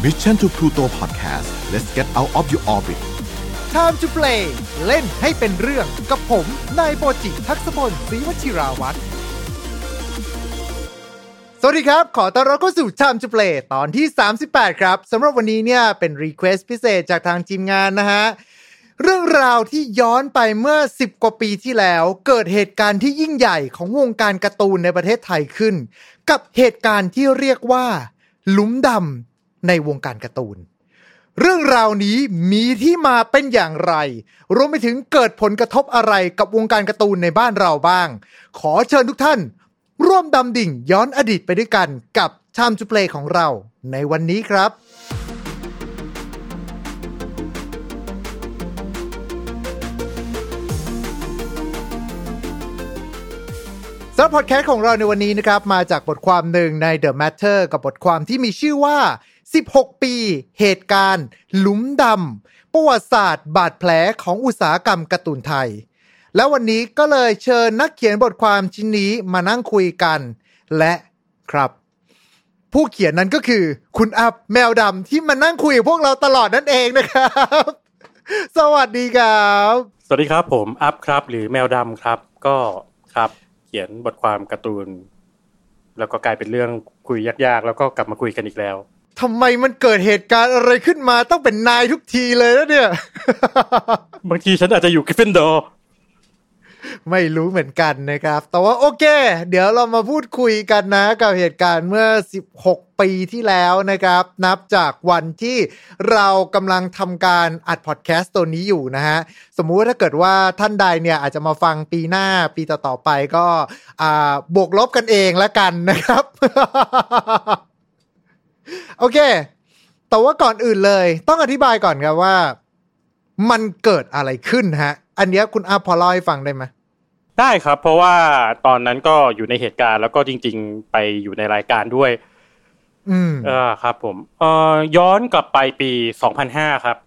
Mission to Pluto Podcast let's get out of your orbit Time to play เล่นให้เป็นเรื่องกับผมนายโปจิทักษพลศรีวชิราวัฒน์สวัสดีครับขอต้อนรับเข้าสู่ Time to play ตอนที่38ครับสำหรับวันนี้เนี่ยเป็นรีเควสต์พิเศษจากทางทีมงานนะฮะเรื่องราวที่ย้อนไปเมื่อ10กว่าปีที่แล้วเกิดเหตุการณ์ที่ยิ่งใหญ่ของวงการการ์ตูนในประเทศไทยขึ้นกับเหตุการณ์ที่เรียกว่าหลุมดำในวงการการ์ตูนเรื่องราวนี้มีที่มาเป็นอย่างไรรวมไปถึงเกิดผลกระทบอะไรกับวงการการ์ตูนในบ้านเราบ้างขอเชิญทุกท่านร่วมดำดิ่งย้อนอดีตไปด้วยกันกับ Time to Play ของเราในวันนี้ครับสำหรับพอดแคสต์ของเราในวันนี้นะครับมาจากบทความหนึ่งใน The Matter กับบทความที่มีชื่อว่า16ปีเหตุการณ์หลุมดำประวัติศาสตร์บาดแผลของอุตสาหกรรมการ์ตูนไทยแล้ววันนี้ก็เลยเชิญนักเขียนบทความชิ้นนี้มานั่งคุยกันและครับผู้เขียนนั้นก็คือคุณอัพแมวดำที่มานั่งคุยกับพวกเราตลอดนั่นเองนะครับสวัสดีครับสวัสดีครับผมอัพครับหรือแมวดำครับก็ครับเขียนบทความการ์ตูนแล้วก็กลายเป็นเรื่องคุยยากๆแล้วก็กลับมาคุยกันอีกแล้วทำไมมันเกิดเหตุการณ์อะไรขึ้นมาต้องเป็นนายทุกทีเลยนะเนี่ยบางทีฉันอาจจะอยู่กริฟฟินดอร์ไม่รู้เหมือนกันนะครับแต่ว่าโอเคเดี๋ยวเรามาพูดคุยกันนะกับเหตุการณ์เมื่อ16ปีที่แล้วนะครับนับจากวันที่เรากำลังทำการอัดพอดแคสต์ตัวนี้อยู่นะฮะสมมุติว่าถ้าเกิดว่าท่านใดเนี่ยอาจจะมาฟังปีหน้าปีต่อๆไปก็บวกลบกันเองละกันนะครับ โอเคแต่ว่าก่อนอื่นเลยต้องอธิบายก่อนครับว่ามันเกิดอะไรขึ้นฮะอันนี้คุณอาพอเล่าให้ฟังได้ไหมได้ครับเพราะว่าตอนนั้นก็อยู่ในเหตุการณ์แล้วก็จริงๆไปอยู่ในรายการด้วยครับผมย้อนกลับไปปี2005ครับ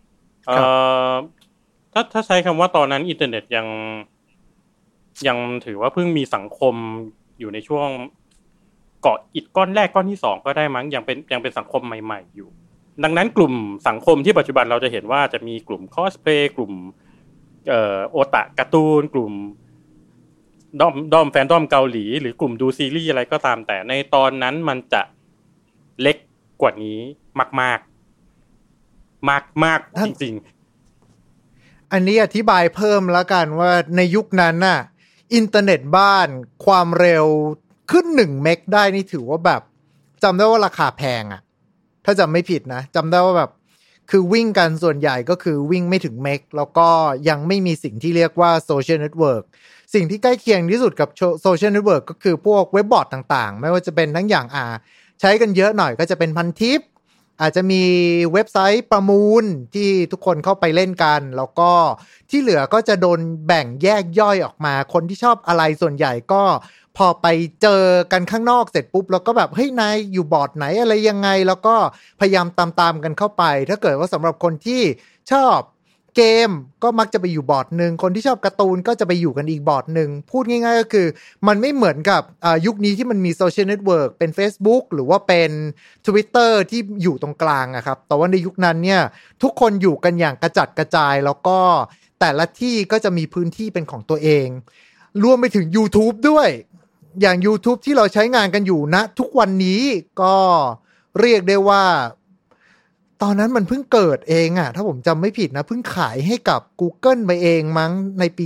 ถ้าใช้คำว่าตอนนั้นอินเทอร์เน็ตยังถือว่าเพิ่งมีสังคมอยู่ในช่วงเกาะอิฐก้อนแรกก้อนที่2ก็ได้มั้งยังเป็นสังคมใหม่ๆอยู่ดังนั้นกลุ่มสังคมที่ปัจจุบันเราจะเห็นว่าจะมีกลุ่มคอสเพลย์กลุ่มโอตะการ์ตูนกลุ่มด้อมแฟนดอมเกาหลีหรือกลุ่มดูซีรีส์อะไรก็ตามแต่ในตอนนั้นมันจะเล็กกว่านี้มากจริงๆอันนี้อธิบายเพิ่มแล้วกันว่าในยุคนั้นน่ะอินเทอร์เน็ตบ้านความเร็วขึ้น1เมกได้นี่ถือว่าแบบจำได้ว่าราคาแพงอ่ะถ้าจำไม่ผิดนะจำได้ว่าแบบคือวิ่งกันส่วนใหญ่ก็คือวิ่งไม่ถึงเมกแล้วก็ยังไม่มีสิ่งที่เรียกว่าโซเชียลเน็ตเวิร์กสิ่งที่ใกล้เคียงที่สุดกับโซเชียลเน็ตเวิร์กก็คือพวกเว็บบอร์ดต่างๆไม่ว่าจะเป็นทั้งอย่างใช้กันเยอะหน่อยก็จะเป็นพันทิปอาจจะมีเว็บไซต์ประมูลที่ทุกคนเข้าไปเล่นกันแล้วก็ที่เหลือก็จะโดนแบ่งแยกย่อยออกมาคนที่ชอบอะไรส่วนใหญ่ก็พอไปเจอกันข้างนอกเสร็จปุ๊บแล้วก็แบบเฮ้ยนายอยู่บอร์ดไหนอะไรยังไงแล้วก็พยายามตามกันเข้าไปถ้าเกิดว่าสำหรับคนที่ชอบเกมก็มักจะไปอยู่บอร์ดนึงคนที่ชอบการ์ตูนก็จะไปอยู่กันอีกบอร์ดนึงพูดง่ายๆก็คือมันไม่เหมือนกับยุคนี้ที่มันมีโซเชียลเน็ตเวิร์กเป็น Facebook หรือว่าเป็น Twitter ที่อยู่ตรงกลางอะครับแต่ว่าในยุคนั้นเนี่ยทุกคนอยู่กันอย่างกระจัดกระจายแล้วก็แต่ละที่ก็จะมีพื้นที่เป็นของตัวเองรวมไปถึง YouTube ด้วยอย่าง YouTube ที่เราใช้งานกันอยู่นะทุกวันนี้ก็เรียกได้ว่าตอนนั้นมันเพิ่งเกิดเองอะถ้าผมจำไม่ผิดนะเพิ่งขายให้กับ Google ไปเองมั้งในปี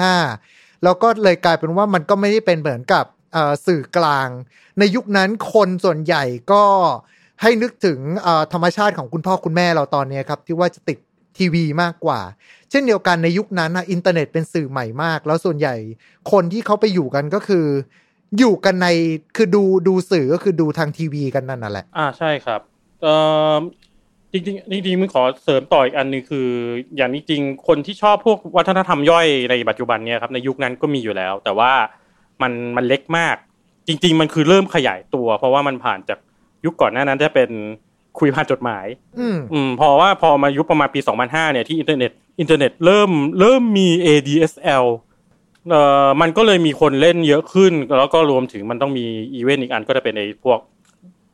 2005แล้วก็เลยกลายเป็นว่ามันก็ไม่ได้เป็นเหมือนกับสื่อกลางในยุคนั้นคนส่วนใหญ่ก็ให้นึกถึงธรรมชาติของคุณพ่อคุณแม่เราตอนนี้ครับที่ว่าจะติดทีวีมากกว่าเช่นเดียวกันในยุคนั้นอินเทอร์เน็ตเป็นสื่อใหม่มากแล้วส่วนใหญ่คนที่เขาไปอยู่กันก็คืออยู่กันในคือดูสื่อก็คือดูทางทีวีกันนั่นแหละใช่ครับจริงมึงขอเสริมต่ออีกอันนึงคืออย่างนี้จริงคนที่ชอบพวกวัฒนธรรมย่อยในปัจจุบันเนี่ยครับในยุคนั้นก็มีอยู่แล้วแต่ว่ามันเล็กมากจริงๆมันคือเริ่มขยายตัวเพราะว่ามันผ่านจากยุคก่อนหน้านั้นจะเป็นคุยผ่านจดหมายพอมายุคประมาณปี2005เนี่ยที่อินเทอร์เน็ตเริ่มมี ADSL มันก็เลยมีคนเล่นเยอะขึ้นแล้วก็รวมถึงมันต้องมีอีเวนต์อีกอันก็จะเป็นไอ้พวก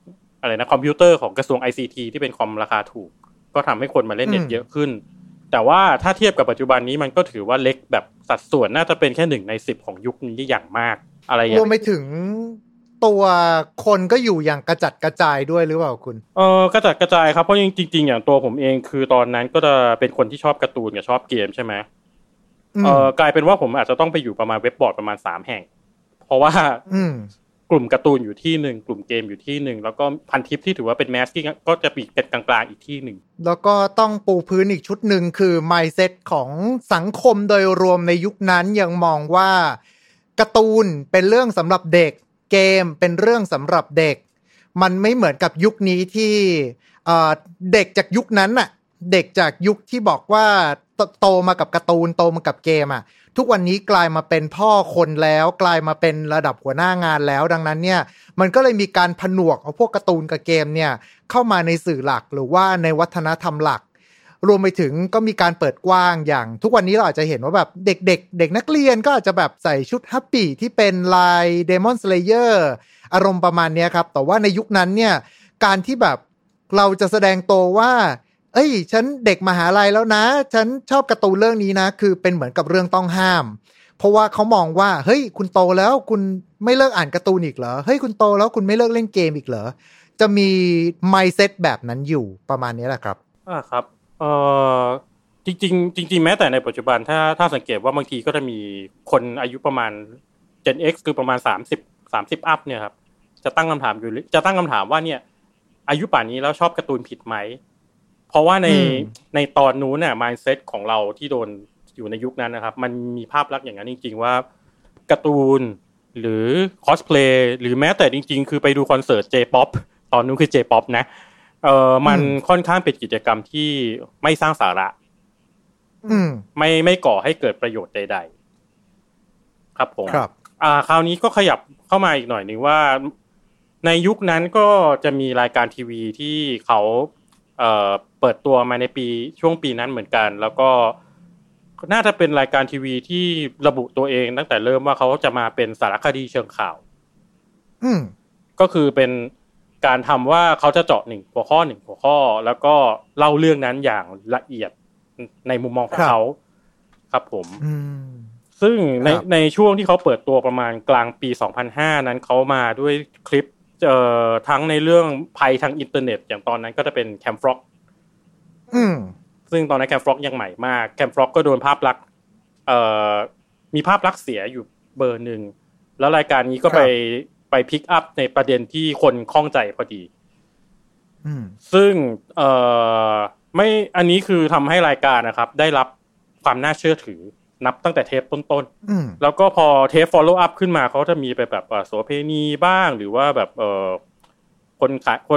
อะไรนะคอมพิวเตอร์ของกระทรวง ICT ที่เป็นคอมราคาถูกก็ทำให้คนมาเล่นเน็ตเยอะขึ้นแต่ว่าถ้าเทียบกับปัจจุบันนี้มันก็ถือว่าเล็กแบบสัดส่วนน่าจะเป็นแค่1 ใน 10ของยุคนี้อย่างมากอะไรอย่างรวมไปถึงตัวคนก็อยู่อย่างกระจัดกระจายด้วยหรือเปล่าคุณกระจัดกระจายครับเพราะจริงๆอย่างตัวผมเองคือตอนนั้นก็จะเป็นคนที่ชอบการ์ตูนกับชอบเกมใช่ไหมกลายเป็นว่าผมอาจจะต้องไปอยู่ประมาณเว็บบอร์ดประมาณ3 แห่งเพราะว่ากลุ่มการ์ตูนอยู่ที่หนึ่งกลุ่มเกมอยู่ที่หนึ่งแล้วก็พันทิปที่ถือว่าเป็นแมสก็จะปีกเป็นกลางๆอีกที่หนึ่งแล้วก็ต้องปูพื้นอีกชุดหนึ่งคือ mindset ของสังคมโดยรวมในยุคนั้นยังมองว่าการ์ตูนเป็นเรื่องสำหรับเด็กเกมเป็นเรื่องสำหรับเด็กมันไม่เหมือนกับยุคนี้ที่เด็กจากยุคนั้นน่ะเด็กจากยุคที่บอกว่าโตมากับการ์ตูนโตมากับเกมอ่ะทุกวันนี้กลายมาเป็นพ่อคนแล้วกลายมาเป็นระดับหัวหน้างานแล้วดังนั้นเนี่ยมันก็เลยมีการผนวกเอาพวกการ์ตูนกับเกมเนี่ยเข้ามาในสื่อหลักหรือว่าในวัฒนธรรมหลักรวมไปถึงก็มีการเปิดกว้างอย่างทุกวันนี้เราอาจจะเห็นว่าแบบเด็กเด็กนักเรียนก็อาจจะแบบใส่ชุดฮัปปี้ที่เป็นลาย Demon Slayer อารมณ์ประมาณนี้ครับแต่ว่าในยุคนั้นเนี่ยการที่แบบเราจะแสดงตัวว่าเอ้ยฉันเด็กมหาลัยแล้วนะฉันชอบการ์ตูนเรื่องนี้นะคือเป็นเหมือนกับเรื่องต้องห้ามเพราะว่าเขามองว่าเฮ้ยคุณโตแล้วคุณไม่เลิกอ่านการ์ตูนอีกเหรอเฮ้ยคุณโตแล้วคุณไม่เลิกเล่นเกมอีกเหรอจะมี mindset แบบนั้นอยู่ประมาณนี้แหละครับครับจริงแม้แต่ในปัจจุบันถ้าสังเกตว่าบางทีก็จะมีคนอายุประมาณ Gen X คือประมาณ30 อัพเนี่ยครับจะตั้งคำถามว่าเนี่ยอายุป่านนี้แล้วชอบการ์ตูนผิดไหมเพราะว่าในตอนนู้นเนี่ย mindset ของเราที่โดนอยู่ในยุคนั้นนะครับมันมีภาพลักษณ์อย่างนั้นจริงๆว่าการ์ตูนหรือคอสเพลย์หรือแม้แต่จริงๆคือไปดูคอนเสิร์ต J-POP ตอนนู้นคือ J-POP นะมันค่อนข้างเป็นกิจกรรมที่ไม่สร้างสาระไม่ก่อให้เกิดประโยชน์ใดๆครับผมคราวนี้ก็ขยับเข้ามาอีกหน่อยนึงว่าในยุคนั้นก็จะมีรายการทีวีที่เขาเปิดตัวมาในช่วงปีนั้นเหมือนกันแล้วก็น่าจะเป็นรายการทีวีที่ระบุตัวเองตั้งแต่เริ่มว่าเขาจะมาเป็นสารคดีเชิงข่าวก็คือเป็นการทำว่าเขาจะเจาะ1 หัวข้อแล้วก็เล่าเรื่องนั้นอย่างละเอียดในมุมมองของเขาครับผมซึ่งในช่วงที่เขาเปิดตัวประมาณกลางปี2005นั้นเขามาด้วยคลิปทั้งในเรื่องภัยทางอินเทอร์เน็ตอย่างตอนนั้นก็จะเป็นแคมฟร็อกซึ่งตอนนั้นแคมฟร็อกยังใหม่มากแคมฟร็อกก็โดนภาพลักษณ์มีภาพลักษณ์เสียอยู่เบอร์นึงแล้วรายการนี้ก็ไปพิกอัพในประเด็นที่คนข้องใจพอดีซึ่งไม่อันนี้คือทำให้รายการนะครับได้รับความน่าเชื่อถือนับตั้งแต่เทปต้นๆแล้วก็พอเทป follow up ขึ้นมาเขาจะมีไปแบบโสเภณีบ้างหรือว่าแบบคน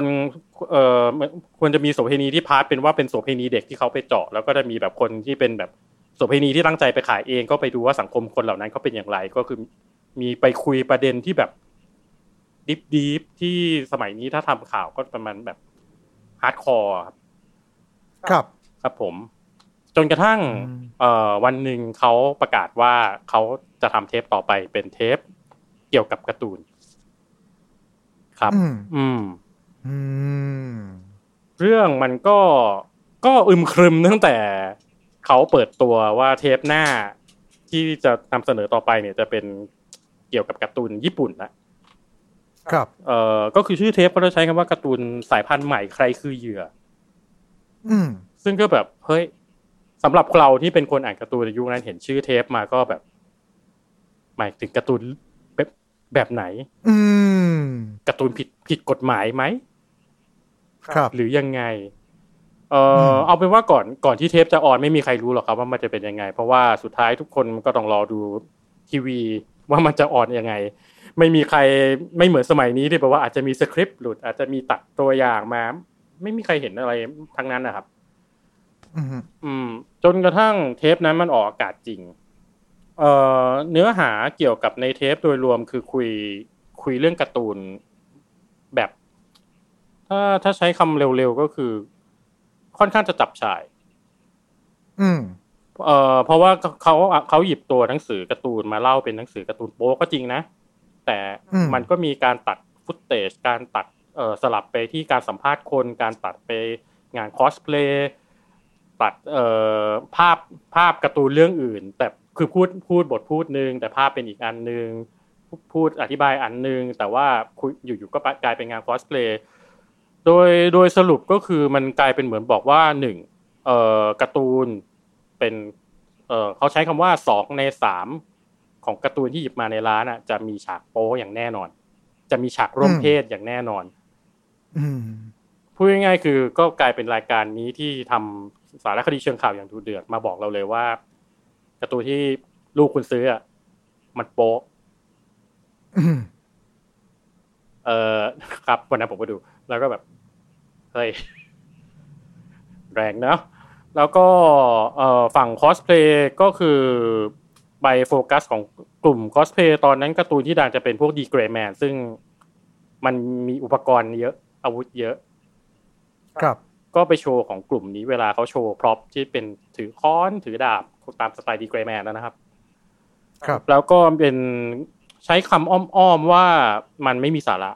ควรจะมีโสเภณีที่พาร์ทเป็นว่าเป็นโสเภณีเด็กที่เขาไปเจาะแล้วก็จะมีแบบคนที่เป็นแบบโสเภณีที่ตั้งใจไปขายเองก็ไปดูว่าสังคมคนเหล่านั้นเขาเป็นอย่างไรก็คือมีไปคุยประเด็นที่แบบดีฟที่สมัยนี้ถ้าทำข่าวก็ประมาณแบบฮาร์ดคอร์ครับผมจนกระทั่งวันหนึ่งเขาประกาศว่าเขาจะทำเทปต่อไปเป็นเทปเกี่ยวกับการ์ตูนครับเรื่องมันก็อึมครึมตั้งแต่เขาเปิดตัวว่าเทปหน้าที่จะนำเสนอต่อไปเนี่ยจะเป็นเกี่ยวกับการ์ตูนญี่ปุ่นนะครับก็คือชื่อเทปเขาจะใช้คำว่าการ์ตูนสายพันธุ์ใหม่ใครคือเหยื่อซึ่งก็แบบเฮ้ยสำหรับเราที่เป็นคนอ่านการ์ตูนในยุคนั้นเห็นชื่อเทปมาก็แบบหมายถึงการ์ตูนแบบไหนการ์ตูนผิดกฎหมายไหมหรือยังไงเอาเป็นว่าก่อนที่เทปจะออนไม่มีใครรู้หรอกครับว่ามันจะเป็นยังไงเพราะว่าสุดท้ายทุกคนก็ต้องรอดูทีวีว่ามันจะออนยังไงไม่มีใครไม่เหมือนสมัยนี้ที่แบบว่าอาจจะมีสคริปต์หลุดอาจจะมีตัดตัวอย่างมาไม่มีใครเห็นอะไรทั้งนั้นนะครับจนกระทั่งเทปนั้นมันออกอากาศจริงเนื้อหาเกี่ยวกับในเทปโดยรวมคือคุยเรื่องการ์ตูนแบบถ้าใช้คำเร็วๆก็คือค่อนข้างจะจับฉ่ายเพราะว่าเขาหยิบตัวหนังสือการ์ตูนมาเล่าเป็นหนังสือการ์ตูนโป๊ก็จริงนะแต่มันก็มีการตัดฟุตเทจการตัดสลับไปที่การสัมภาษณ์คนการตัดไปงานคอสเพลย์ตัดภาพการ์ตูนเรื่องอื่นแต่คือพูดบทพูดนึงแต่ภาพเป็นอีกอันนึงพูดอธิบายอันนึงแต่ว่าอยู่ๆก็กลายเป็นงานคอสเพลย์โดยสรุปก็คือมันกลายเป็นเหมือนบอกว่า1การ์ตูนเป็นเขาใช้คำว่า2ใน3ของการ์ตูนที่หยิบมาในร้านอ่ะจะมีฉากโป๊อย่างแน่นอนจะมีฉากร่วมเพศอย่างแน่นอนพูดง่ายๆคือก็กลายเป็นรายการนี้ที่ทำสารคดีเชิงข่าวอย่างดูเดือดมาบอกเราเลยว่าการ์ตูนที่ลูกคุณซื้ออ่ะมันโป๊ครับวันนั้นผมไปดูแล้วก็แบบเฮ้ยแรงนะแล้วก็ฝั่งคอสเพลย์ก็คือใบโฟกัสของกลุ่มคอสเพลย์ตอนนั้นการ์ตูนที่ดังจะเป็นพวกดีเกรย์แมนซึ่งมันมีอุปกรณ์เยอะอาวุธเยอะครับก็ไปโชว์ของกลุ่มนี้เวลาเขาโชว์พร็อพที่เป็นถือค้อนถือดาบตามสไตล์ดีเกรย์แมนนะครับครับแล้วก็เป็นใช้คำอ้อมๆว่ามันไม่มีสาระ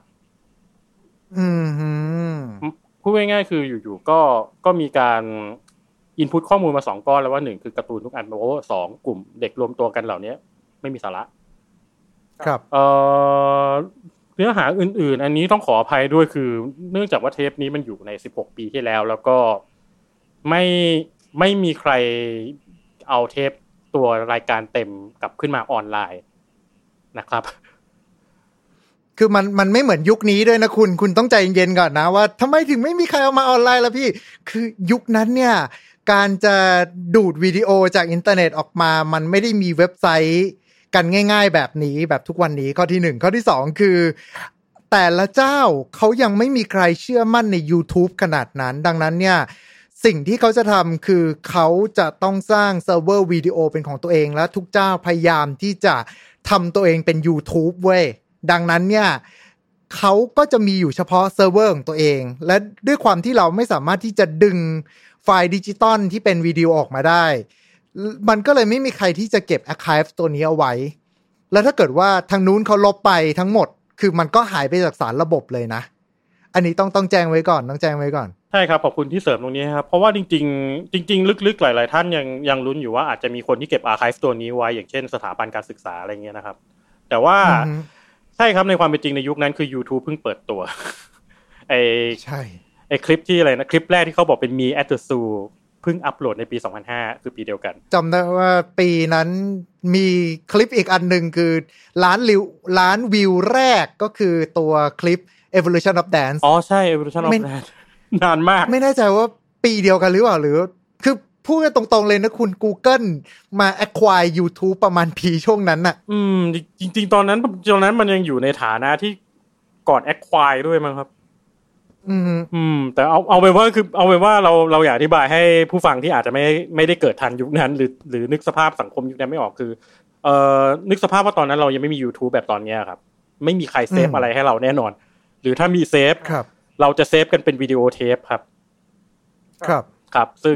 พูดง่ายๆคืออยู่ๆก็มีการอินพุตข้อมูลมา2ก้อนแล้วว่า1คือการ์ตูนทุกอันโอ้2กลุ่มเด็กรวมตัวกันเหล่านี้ไม่มีสาระครับเนื้อหาอื่นๆอันนี้ต้องขออภัยด้วยคือเนื่องจากว่าเทปนี้มันอยู่ใน16ปีที่แล้วก็ไม่มีใครเอาเทปตัวรายการเต็มกลับขึ้นมาออนไลน์นะครับคือมันไม่เหมือนยุคนี้ด้วยนะคุณต้องใจเย็นๆก่อนนะว่าทำไมถึงไม่มีใครเอามาออนไลน์ล่ะพี่คือยุคนั้นเนี่ยการจะดูดวิดีโอจากอินเทอร์เน็ตออกมามันไม่ได้มีเว็บไซต์กันง่ายๆแบบนี้แบบทุกวันนี้ข้อที่1ข้อที่2คือแต่ละเจ้าเขายังไม่มีใครเชื่อมั่นใน YouTube ขนาดนั้นดังนั้นเนี่ยสิ่งที่เขาจะทำคือเขาจะต้องสร้างเซิร์ฟเวอร์วิดีโอเป็นของตัวเองและทุกเจ้าพยายามที่จะทำตัวเองเป็น YouTube เว้ยดังนั้นเนี่ยเขาก็จะมีอยู่เฉพาะเซิร์ฟเวอร์ของตัวเองและด้วยความที่เราไม่สามารถที่จะดึงไฟล์ดิจิตอลที่เป็นวิดีโอออกมาได้มันก็เลยไม่มีใครที่จะเก็บ archive ตัวนี้เอาไว้แล้วถ้าเกิดว่าทางนู้นเขาลบไปทั้งหมดคือมันก็หายไปจากสารระบบเลยนะอันนี้ต้องแจ้งไว้ก่อนต้องแจ้งไว้ก่อนใช่ครับขอบคุณที่เสริมตรงนี้ครับเพราะว่าจริงลึกๆหลายๆท่านยังลุ้นอยู่ว่าอาจจะมีคนที่เก็บ archive ตัวนี้ไว้อย่างเช่นสถาบันการศึกษาอะไรเงี้ยนะครับแต่ว่าใช่ครับในความเป็นจริงในยุคนั้นคือ YouTube เพิ่งเปิดตัวใช่คลิปที่อะไรนะคลิปแรกที่เขาบอกเป็น Me at the Zoo เพิ่งอัปโหลดในปี2005คือปีเดียวกันจำได้ว่าปีนั้นมีคลิปอีกอันนึงคือล้านวิวแรกก็คือตัวคลิป Evolution of Dance อ๋อใช่ Evolution of Dance นานมากไม่แน่ใจว่าปีเดียวกันหรือเปล่าหรือคือพูดกันตรงๆเลยนะคุณ Google มา acquire YouTube ประมาณปีช่วงนั้นน่ะจริงๆตอนนั้นมันยังอยู่ในฐานะที่ก่อน acquire ด้วยมั้งครับแต่เอาไปว่าเราอยากอธิบายให้ผู้ฟังที่อาจจะไม่ได้เกิดทันยุคนั้นหรือนึกสภาพสังคมยุคนั้นไม่ออกคือนึกสภาพว่าตอนนั้นเรายังไม่มี YouTube แบบตอนนี้ครับไม่มีใครเซฟอะไรให้เราแน่นอนหรือถ้ามีเซฟเราจะเซฟกันเป็นวิดีโอเทปครับครับซึ่ง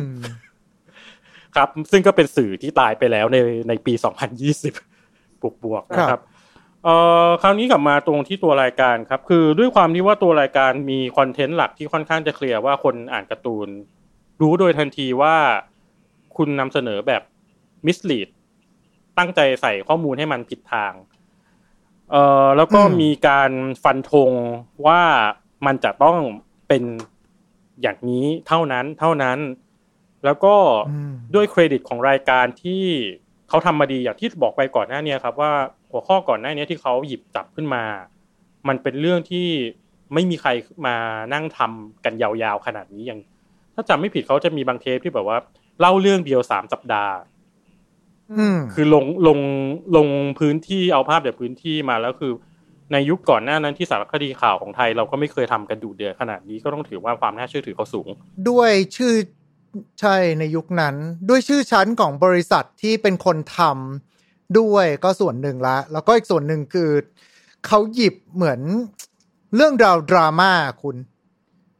ครับซึ่งก็เป็นสื่อที่ตายไปแล้วในปี2020บวกนะครับคราวนี้กลับมาตรงที่ตัวรายการครับคือด้วยความที่ว่าตัวรายการมีคอนเทนต์หลักที่ค่อนข้างจะเคลียร์ว่าคนอ่านการ์ตูนรู้โดยทันทีว่าคุณนำเสนอแบบมิสลีดตั้งใจใส่ข้อมูลให้มันผิดทางแล้วก็มีการฟันธงว่ามันจะต้องเป็นอย่างนี้เท่านั้นแล้วก็ด้วยเครดิตของรายการที่เขาทำมาดีอย่างที่บอกไปก่อนหน้านี้ครับว่าหัวข้อก่อนหน้านี้ที่เขาหยิบจับขึ้นมามันเป็นเรื่องที่ไม่มีใครมานั่งทำกันยาวๆขนาดนี้อย่างถ้าจำไม่ผิดเขาจะมีบางเทปที่แบบว่าเล่าเรื่องเดียว3สัปดาห์คือลงพื้นที่เอาภาพจากพื้นที่มาแล้วคือในยุคก่อนหน้านั้นที่สารคดีข่าวของไทยเราก็ไม่เคยทำกันดุเดือดขนาดนี้ก็ต้องถือว่าความน่าเชื่อถือเขาสูงด้วยชื่อใช่ในยุคนั้นด้วยชื่อชั้นของบริษัทที่เป็นคนทำด้วยก็ส่วนหนึ่งละแล้วก็อีกส่วนหนึ่งคือเขาหยิบเหมือนเรื่องราวดราม่าคุณ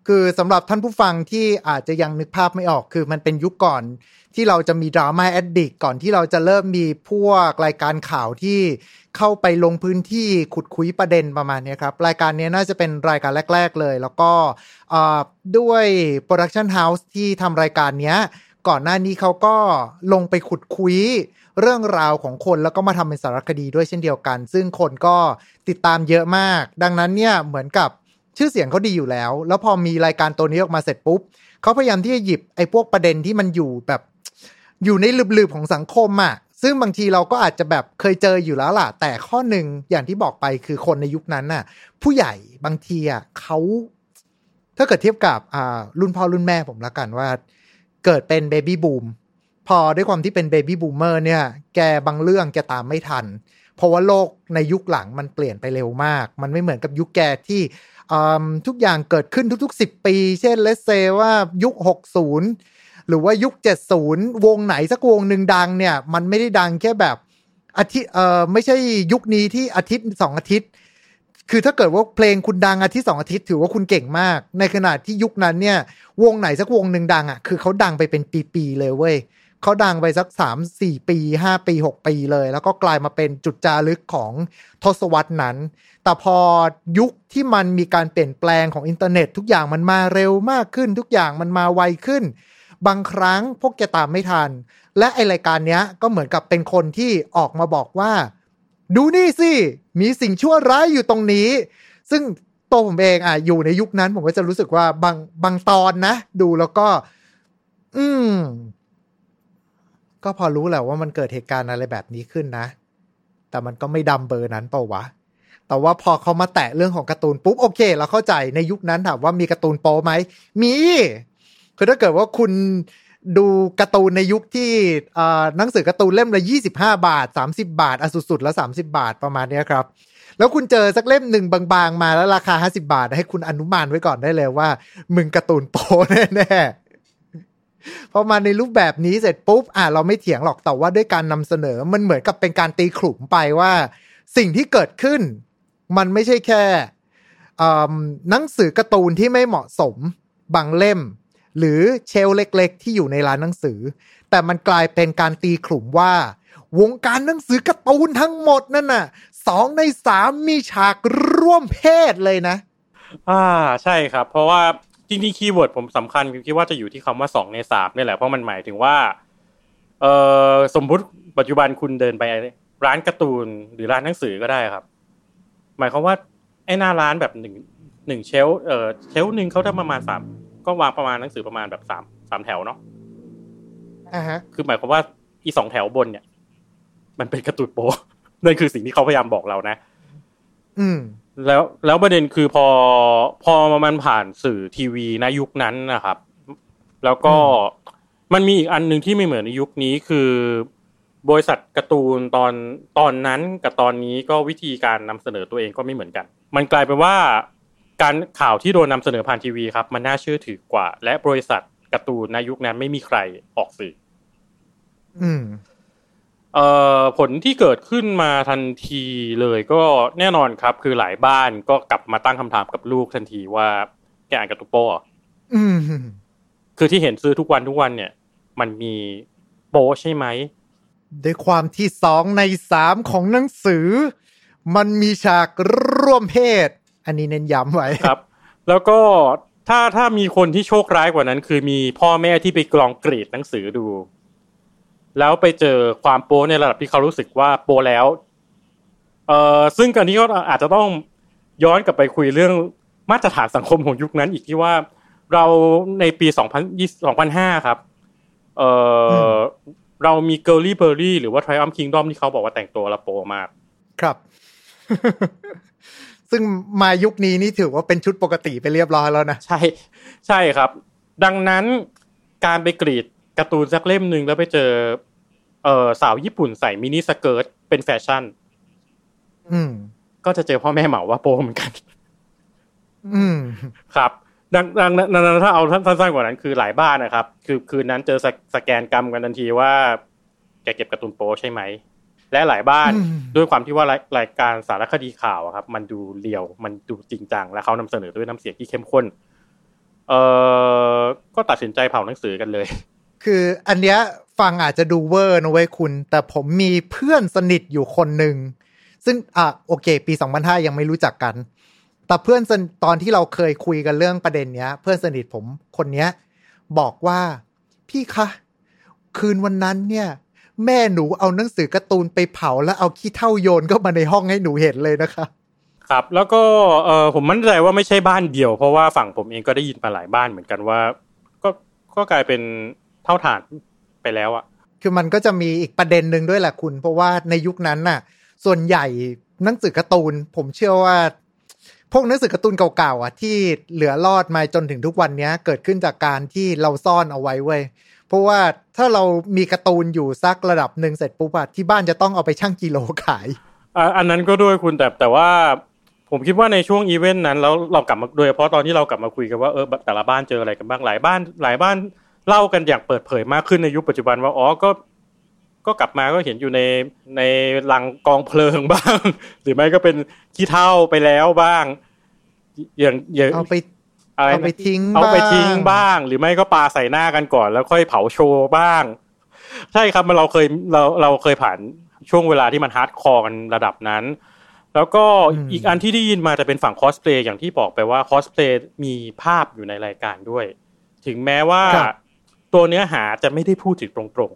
คือสำหรับท่านผู้ฟังที่อาจจะยังนึกภาพไม่ออกคือมันเป็นยุคก่อนที่เราจะมีดราม่าแอดดิกก่อนที่เราจะเริ่มมีพวกรายการข่าวที่เข้าไปลงพื้นที่ขุดคุยประเด็นประมาณนี้ครับรายการนี้น่าจะเป็นรายการแรกๆเลยแล้วก็ด้วยโปรดักชันเฮาส์ที่ทำรายการนี้ก่อนหน้านี้เขาก็ลงไปขุดคุยเรื่องราวของคนแล้วก็มาทำเป็นสารคดีด้วยเช่นเดียวกันซึ่งคนก็ติดตามเยอะมากดังนั้นเนี่ยเหมือนกับชื่อเสียงเขาดีอยู่แล้วแล้วพอมีรายการตัวนี้ออกมาเสร็จปุ๊บเขาพยายามที่จะหยิบไอ้พวกประเด็นที่มันอยู่แบบอยู่ในหลืบๆของสังคมอ่ะซึ่งบางทีเราก็อาจจะแบบเคยเจออยู่แล้วล่ะแต่ข้อหนึ่งอย่างที่บอกไปคือคนในยุคนั้นน่ะผู้ใหญ่บางทีอ่ะเขาถ้าเกิดเทียบกับรุ่นพ่อรุ่นแม่ผมละกันว่าเกิดเป็นเบบี้บูมพอด้วยความที่เป็นเบบี้บูมเมอร์เนี่ยแกบางเรื่องแกตามไม่ทันเพราะว่าโลกในยุคหลังมันเปลี่ยนไปเร็วมากมันไม่เหมือนกับยุคแกที่ทุกอย่างเกิดขึ้นทุกๆ10ปีเช่นเลสเซว่ายุค60หรือว่ายุค70วงไหนสักวงหนึ่งดังเนี่ยมันไม่ได้ดังแค่แบบอาทิตย์ไม่ใช่ยุคนี้ที่อาทิตย์2อาทิตย์คือถ้าเกิดว่าเพลงคุณดังอาทิตย์2อาทิตย์ถือว่าคุณเก่งมากในขณะที่ยุคนั้นเนี่ยวงไหนสักวงหนึ่งดังอ่ะคือเขาดังไปเป็นปีๆเลยเว้ยเขาดังไปสัก 3-4 ปี5ปี6ปีเลยแล้วก็กลายมาเป็นจุดจารึกของทศวรรษนั้นแต่พอยุคที่มันมีการเปลี่ยนแปลงของอินเทอร์เน็ตทุกอย่างมันมาเร็วมากขึ้นทุกอย่างมันมาไวขึ้นบางครั้งพวกแกตามไม่ทันและไอรายการเนี้ยก็เหมือนกับเป็นคนที่ออกมาบอกว่าดูนี่สิมีสิ่งชั่วร้ายอยู่ตรงนี้ซึ่งตัวผมเองอยู่ในยุคนั้นผมก็จะรู้สึกว่าบางตอนนะดูแล้วก็ก็พอรู้แหละว่ามันเกิดเหตุการณ์อะไรแบบนี้ขึ้นนะแต่มันก็ไม่ดำเบอร์นั้นเปล่าวะแต่ว่าพอเขามาแตะเรื่องของการ์ตูนปุ๊บโอเคเราเข้าใจในยุคนั้นถามว่ามีการ์ตูนโป๊ไหมมีคือถ้าเกิดว่าคุณดูการ์ตูนในยุคที่หนังสือการ์ตูนเล่มละ25 บาท30 บาทสุดๆแล้ว30 บาทประมาณนี้ครับแล้วคุณเจอสักเล่มหนึ่งบางๆมาแล้วราคา50 บาทให้คุณอนุมานไว้ก่อนได้เลยว่ามึงการ์ตูนโป๊แน่ๆพอมาในรูปแบบนี้เสร็จปุ๊บเราไม่เถียงหรอกแต่ว่าด้วยการนำเสนอมันเหมือนกับเป็นการตีขลุ่มไปว่าสิ่งที่เกิดขึ้นมันไม่ใช่แค่หนังสือการ์ตูนที่ไม่เหมาะสมบางเล่มหรือเชลเล็กๆที่อยู่ในร้านหนังสือแต่มันกลายเป็นการตีขลุ่มว่าวงการหนังสือการ์ตูนทั้งหมดนั่นน่ะ2 ใน 3มีฉากร่วมเพศเลยนะใช่ครับเพราะว่าจริงๆคีย์เวิร์ดผมสำคัญคิดว่าจะอยู่ที่คำว่า2 ใน 3นี่แหละเพราะมันหมายถึงว่าสมมุติปัจจุบันคุณเดินไปร้านการ์ตูนหรือร้านหนังสือก็ได้ครับหมายความว่าไอ้หน้าร้านแบบ1เชลฟ์นึงเขาได้ประมาณ3ก็วางประมาณหนังสือประมาณแบบ3แถวเนาะคือหมายความว่าอี2แถวบนเนี่ยมันเป็นการ์ตูนโป๊นั่นคือสิ่งที่เขาพยายามบอกเรานะแล้วประเด็นคือพอมันผ่านสื่อทีวีในยุคนั้นนะครับแล้วก็มันมีอีกอันนึงที่ไม่เหมือนในยุคนี้คือบริษัทการ์ตูนตอนนั้นกับตอนนี้ก็วิธีการนำเสนอตัวเองก็ไม่เหมือนกันมันกลายเป็นว่าการข่าวที่โดนนำเสนอผ่านทีวีครับมันน่าเชื่อถือกว่าและบริษัทการ์ตูนในยุคนั้นไม่มีใครออกสื่อผลที่เกิดขึ้นมาทันทีเลยก็แน่นอนครับคือหลายบ้านก็กลับมาตั้งคำถามกับลูกทันทีว่าแกอ่านการ์ตูนโป๊ะคือที่เห็นซื้อทุกวันเนี่ยมันมีโป๊ะใช่ไหมด้วยความที่2 ใน 3ของหนังสือมันมีฉากร่วมเพศอันนี้เน้นย้ำไว้ครับแล้วก็ถ้ามีคนที่โชคร้ายกว่านั้นคือมีพ่อแม่ที่ไปกรองเกรดหนังสือดูแล้วไปเจอความโป๊ในระดับที่เขารู้สึกว่าโป๊แล้วซึ่งการนี้ก็อาจจะต้องย้อนกลับไปคุยเรื่องมาตรฐานสังคมของยุคนั้นอีกที่ว่าเราในปี2005ครับเรามี Girly Berry หรือว่า Triumph Kingdom ที่เขาบอกว่าแต่งตัวละโป๊มากครับ ซึ่งมายุคนี้นี่ถือว่าเป็นชุดปกติไปเรียบร้อยแล้วนะใช่ครับดังนั้นการไปกรีดการ์ตูนสักเล่มนึงแล้วไปเจอสาวญี่ปุ่นใส่มินิสเกิร์ตเป็นแฟชั่นก็จะเจอพ่อแม่เหมาว่าโป๊เหมือนกันครับดังนั้นถ้าเอาสั้นๆกว่านั้นคือหลายบ้านนะครับคือคืนนั้นเจอสแกนกรรมกันทันทีว่าแกเก็บการ์ตูนโป๊ใช่ไหมและหลายบ้านด้วยความที่ว่ารายการสารคดีข่าวครับมันดูเรียวมันดูจริงจังและเขานำเสนอด้วยน้ำเสียงที่เข้มข้นเอก็ตัดสินใจเผาหนังสือกันเลยคืออันเนี้ยฟังอาจจะดูเวอร์นะเว้ยคุณแต่ผมมีเพื่อนสนิทอยู่คนหนึ่งซึ่งโอเคปี2005ยังไม่รู้จักกันแต่เพื่อนตอนที่เราเคยคุยกันเรื่องประเด็นเนี้ยเพื่อนสนิทผมคนเนี้ยบอกว่าพี่คะคืนวันนั้นเนี่ยแม่หนูเอาหนังสือการ์ตูนไปเผาแล้วเอาขี้เถ้าโยนเข้ามาในห้องให้หนูเห็นเลยนะคะครับแล้วก็ผมมั่นใจว่าไม่ใช่บ้านเดียวเพราะว่าฝั่งผมเองก็ได้ยินมาหลายบ้านเหมือนกันว่าก็กลายเป็นเท่าฐานไปแล้วอ่ะคือมันก็จะมีอีกประเด็นหนึ่งด้วยแหละคุณเพราะว่าในยุคนั้นน่ะส่วนใหญ่หนังสือการ์ตูนผมเชื่อว่าพวกหนังสือการ์ตูนเก่าๆอ่ะที่เหลือรอดมาจนถึงทุกวันนี้เกิดขึ้นจากการที่เราซ่อนเอาไว้เว้ยเพราะว่าถ้าเรามีการ์ตูนอยู่สักระดับหนึ่งเสร็จปุ๊บอะที่บ้านจะต้องเอาไปชั่งกิโลขายอันนั้นก็ด้วยคุณแต่ว่าผมคิดว่าในช่วงอีเวนต์นั้นแล้วเรากลับมาโดยเฉพาะตอนที่เรากลับมาคุยกันว่าแต่ละบ้านเจออะไรกันบ้างหลายบ้านเล่ากันอย่างเปิดเผยมากขึ้นในยุคปัจจุบันว่าก็กลับมาก็เห็นอยู่ในลังกองเพลิงบ้างหรือไม่ก็เป็นขี้เถ้าไปแล้วบ้างอย่างเอาไปทิ้งบ้างหรือไม่ก็ปาใส่หน้ากันก่อนแล้วค่อยเผาโชว์บ้างใช่ครับเราเคยผ่านช่วงเวลาที่มันฮาร์ดคอร์กันระดับนั้นแล้วก็อีกอันที่ได้ยินมาจะเป็นฝั่งคอสเพลย์อย่างที่บอกไปว่าคอสเพลย์มีภาพอยู่ในรายการด้วยถึงแม้ว่าตัวเนื้อหาจะไม่ได้พูดถึงตรง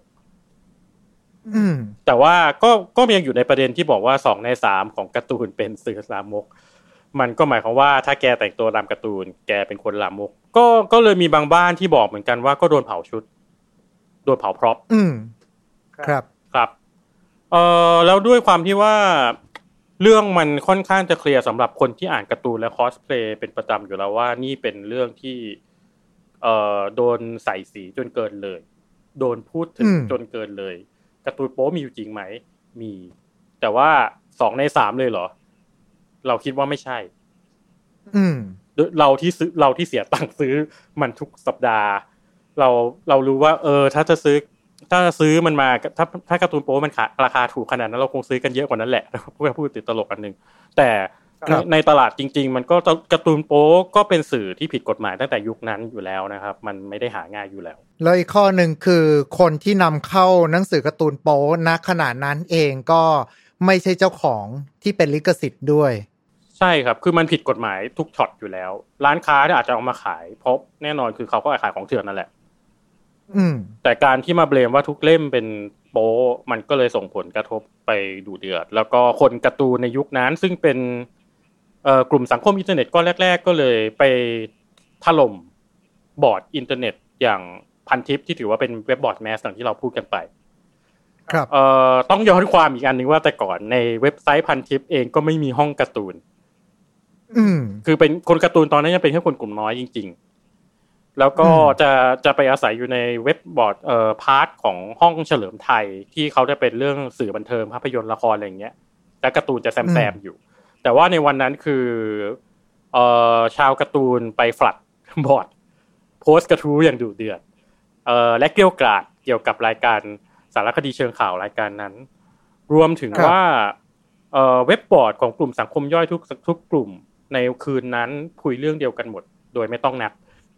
ๆแต่ว่าก็ยังอยู่ในประเด็นที่บอกว่า2ใน3ของการ์ตูนเป็นสื่อลามกมันก็หมายความว่าถ้าแกแต่งตัวตามการ์ตูนแกเป็นคนลามกก็เลยมีบางบ้านที่บอกเหมือนกันว่าก็โดนเผาชุดโดนเผาพร็อพครับแล้วด้วยความที่ว่าเรื่องมันค่อนข้างจะเคลียร์สำหรับคนที่อ่านการ์ตูนและคอสเพลย์เป็นประจำอยู่แล้วว่านี่เป็นเรื่องที่โดนใส่สีจนเกินเลยโดนพูดถึงจนเกินเลยการ์ตูนโป๊มีอยู่จริงไหมมีแต่ว่า2ใน3เลยเหรอเราคิดว่าไม่ใช่เราที่เสียตังค์ซื้อมันทุกสัปดาห์เรารู้ว่าถ้าจะซื้อมันมาถ้าการ์ตูนโป๊มันราคาถูกขนาดนั้นเราคงซื้อกันเยอะกว่านั้นแหละพูดติดตลกอันนึงแต่ในตลาดจริงๆมันก็การ์ตูนโป๊ก็เป็นสื่อที่ผิดกฎหมายตั้งแต่ยุคนั้นอยู่แล้วนะครับมันไม่ได้หาง่ายอยู่แล้วแล้วอีกข้อหนึ่งคือคนที่นำเข้าหนังสือการ์ตูนโป๊ณขณะนั้นเองก็ไม่ใช่เจ้าของที่เป็นลิขสิทธิ์ด้วยใช่ครับคือมันผิดกฎหมายทุกช็อตอยู่แล้วร้านค้าที่อาจจะเอามาขายเพราะแน่นอนคือเขาก็ขายของเถื่อนนั่นแหละแต่การที่มาเบลมว่าทุกเล่มเป็นโป๊มันก็เลยส่งผลกระทบไปดูเดือดแล้วก็คนการ์ตูนในยุคนั้นซึ่งเป็นกลุ่มสังคมอินเทอร์เน็ตก้อนแรกๆก็เลยไปถล่มบอร์ดอินเทอร์เน็ตอย่างพันทิปที่ถือว่าเป็นเว็บบอร์ดแมสอย่างที่เราพูดกันไปครับต้องย้อนความอีกอันนึงว่าแต่ก่อนในเว็บไซต์พันทิปเองก็ไม่มีห้องการ์ตูนคือเป็นคนการ์ตูนตอนนั้นยังเป็นแค่คนกลุ่มน้อยจริงๆแล้วก็จะไปอาศัยอยู่ในเว็บบอร์ดพาร์ทของห้องเฉลิมไทยที่เขาจะเป็นเรื่องสื่อบันเทิงภาพยนตร์ละครอะไรอย่างเงี้ยแต่การ์ตูนจะแซมอยู่แต่ว่าในวันนั้นคือชาวการ์ตูนไปฟลัดบอร์ดโพสต์กระทู้อย่างดุเดือดและเกรี้ยวกราดเกี่ยวกับรายการสารคดีเชิงข่าวรายการนั้นรวมถึงว่าเว็บบอร์ดของกลุ่มสังคมย่อยทุกกลุ่มในคืนนั้นคุยเรื่องเดียวกันหมดโดยไม่ต้องนัด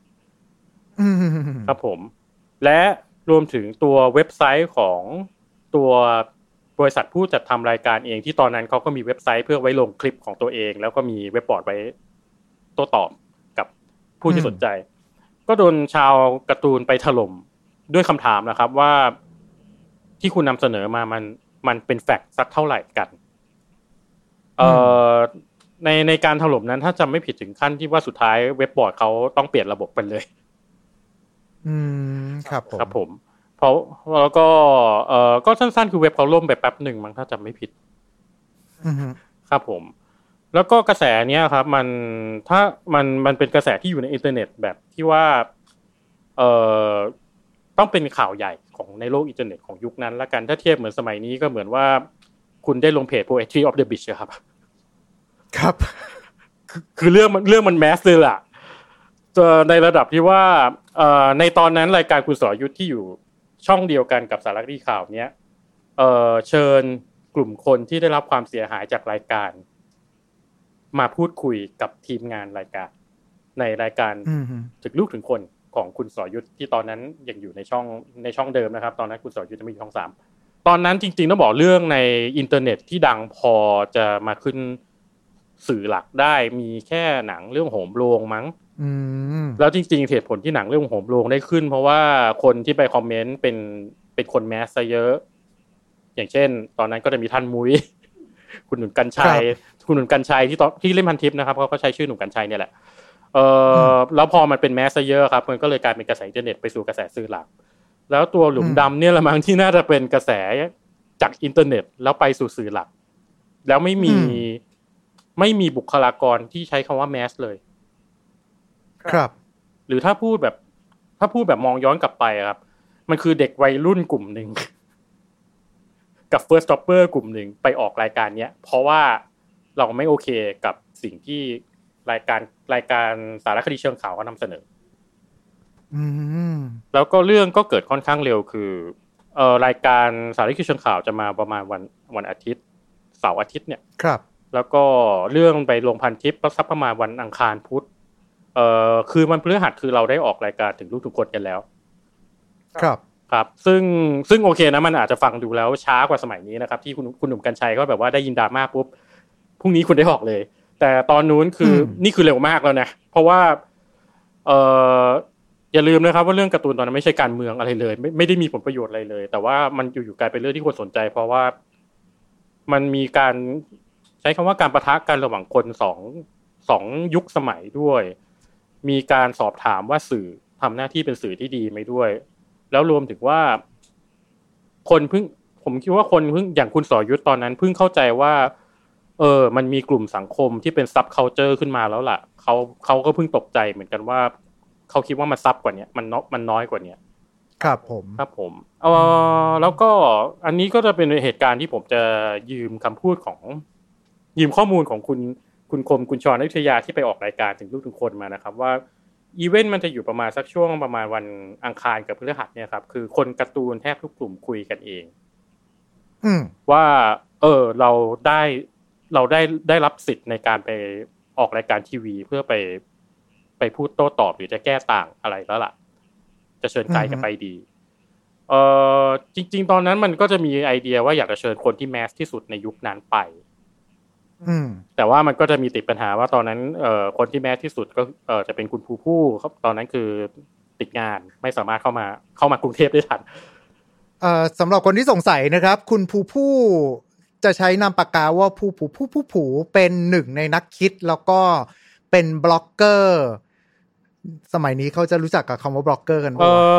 ครับผมและรวมถึงตัวเว็บไซต์ของตัวบริษัทผู้จัดทำรายการเองที่ตอนนั้นเขาก็มีเว็บไซต์เพื่อไว้ลงคลิปของตัวเองแล้วก็มีเว็บบอร์ดไว้โต้ตอบกับผู้ที่สนใจก็โดนชาวการ์ตูนไปถล่มด้วยคำถามนะครับว่าที่คุณนำเสนอมามันเป็นแฟกต์สักเท่าไหร่กันในการถล่มนั้นถ้าจำไม่ผิดถึงขั้นที่ว่าสุดท้ายเว็บบอร์ดเขาต้องเปลี่ยนระบบไปเลยครับผมเพราะแล้วก็สั้นๆคือเว็บเขาล่มไปแป๊บหนึ่งมั้งถ้าจำไม่ผิดครับผมแล้วก็กระแสเนี้ยครับมันเป็นกระแสที่อยู่ในอินเทอร์เน็ตแบบที่ว่าต้องเป็นข่าวใหญ่ของในโลกอินเทอร์เน็ตของยุคนั้นละกันถ้าเทียบเหมือนสมัยนี้ก็เหมือนว่าคุณได้ลงเพจ Poetry of the Beach ครับคือเรื่องมันแมสเลยล่ะในระดับที่ว่าในตอนนั้นรายการคุณสรยุทธที่อยู่ช่องเดียวกันกับสารคดีข่าวเนี้ยเชิญกลุ่มคนที่ได้รับความเสียหายจากรายการมาพูดคุยกับทีมงานรายการในรายการถึงลูกถึงคนของคุณสรยุทธที่ตอนนั้นยังอยู่ในช่องเดิมนะครับตอนนั้นคุณสรยุทธจะมีช่อง3ตอนนั้นจริงๆต้องบอกเรื่องในอินเทอร์เน็ตที่ดังพอจะมาขึ้นสื่อหลักได้มีแค่หนังเรื่องโหมโรงมั้งแล้วจริงๆเหตุผลที่หนังเรื่องโหมโรงได้ขึ้นเพราะว่าคนที่ไปคอมเมนต์เป็นคนแมสซะเยอะอย่างเช่นตอนนั้นก็จะมีท่านมุ้ยคุณหนุ่มกรรชัยที่เล่นพันทิปนะครับเขาก็ใช้ชื่อหนุ่มกรรชัยเนี่ยแหละแล้วพอมันเป็นแมสซะเยอะครับมันก็เลยกลายเป็นกระแสอินเทอร์เน็ตไปสู่กระแสสื่อหลักแล้วตัวหลุมดำเนี่ยละมั้งที่น่าจะเป็นกระแสจากอินเทอร์เน็ตแล้วไปสู่สื่อหลักแล้วไม่มีบุคลากรที่ใช้คำว่าแมสเลยครับหรือถ้าพูดแบบมองย้อนกลับไปครับมันคือเด็กวัยรุ่นกลุ่มนึงกับ First Stopper กลุ่มนึงไปออกรายการเนี้ยเพราะว่าเราไม่โอเคกับสิ่งที่รายการสารคดีเชิงข่าวเขานำเสนอแล้วก็เรื่องก็เกิดค่อนข้างเร็วคือรายการสารคดีเชิงข่าวจะมาประมาณวันอาทิตย์เสาร์อาทิตย์เนี่ยครับแล้วก็เรื่องไปลงพันทิปสักประมาณวันอังคารพุธคือวันพฤหัสคือเราได้ออกรายการถึงลูกทุกคนกันแล้วครับซึ่งโอเคนะมันอาจจะฟังดูแล้วช้ากว่าสมัยนี้นะครับที่คุณหนุ่มกรรชัยก็แบบว่าได้ยินดราม่าปุ๊บพรุ่งนี้คุณได้ออกเลยแต่ตอนนู้นคือนี่คือเร็วมากแล้วนะเพราะว่าอย่าลืมนะครับว่าเรื่องการ์ตูนตอนนั้นไม่ใช่การเมืองอะไรเลยไม่ได้มีผลประโยชน์อะไรเลยแต่ว่ามันอยู่ๆกลายเป็นเรื่องที่คนสนใจเพราะว่ามันมีการใช้คำว่าการปะทะกันระหว่างคนสองยุคสมัยด้วยมีการสอบถามว่าสื่อทำหน้าที่เป็นสื่อที่ดีไหมด้วยแล้วรวมถึงว่าผมคิดว่าคนเพิ่งอย่างคุณสรยุทธตอนนั้นเพิ่งเข้าใจว่ามันมีกลุ่มสังคมที่เป็นซับคัลเจอร์ขึ้นมาแล้วล่ะเขาก็เพิ่งตกใจเหมือนกันว่าเขาคิดว่ามันซับกว่านี้มันน้อยกว่านี้ครับผมแล้วก็อันนี้ก็จะเป็นเหตุการณ์ที่ผมจะยืมข้อมูลของคุณคมคุณชรอยุธยาที่ไปออกรายการถึงลูกถึงคนมานะครับว่าอีเวนต์มันจะอยู่ประมาณสักช่วงประมาณวันอังคารกับพฤหัสเนี่ยครับคือคนการ์ตูนแทบทุกกลุ่มคุยกันเองว่าเราได้รับสิทธิ์ในการไปออกรายการทีวีเพื่อไปพูดโต้ตอบหรือจะแก้ต่างอะไรแล้วล่ะจะเชิญใครกันไปดีจริงๆตอนนั้นมันก็จะมีไอเดียว่าอยากจะเชิญคนที่แมสที่สุดในยุคนั้นไปแต่ว่ามันก็จะมีติดปัญหาว่าตอนนั้นคนที่แมสที่สุดก็จะเป็นคุณผู้ครับตอนนั้นคือติดงานไม่สามารถเข้ามากรุงเทพได้ทันสำหรับคนที่สงสัยนะครับคุณผู้จะใช้นามปากกาว่าผู้เป็นหนึ่งในนักคิดแล้วก็เป็นบล็อกเกอร์สมัยนี้เขาจะรู้จักกับคำว่าบล็อกเกอร์กัน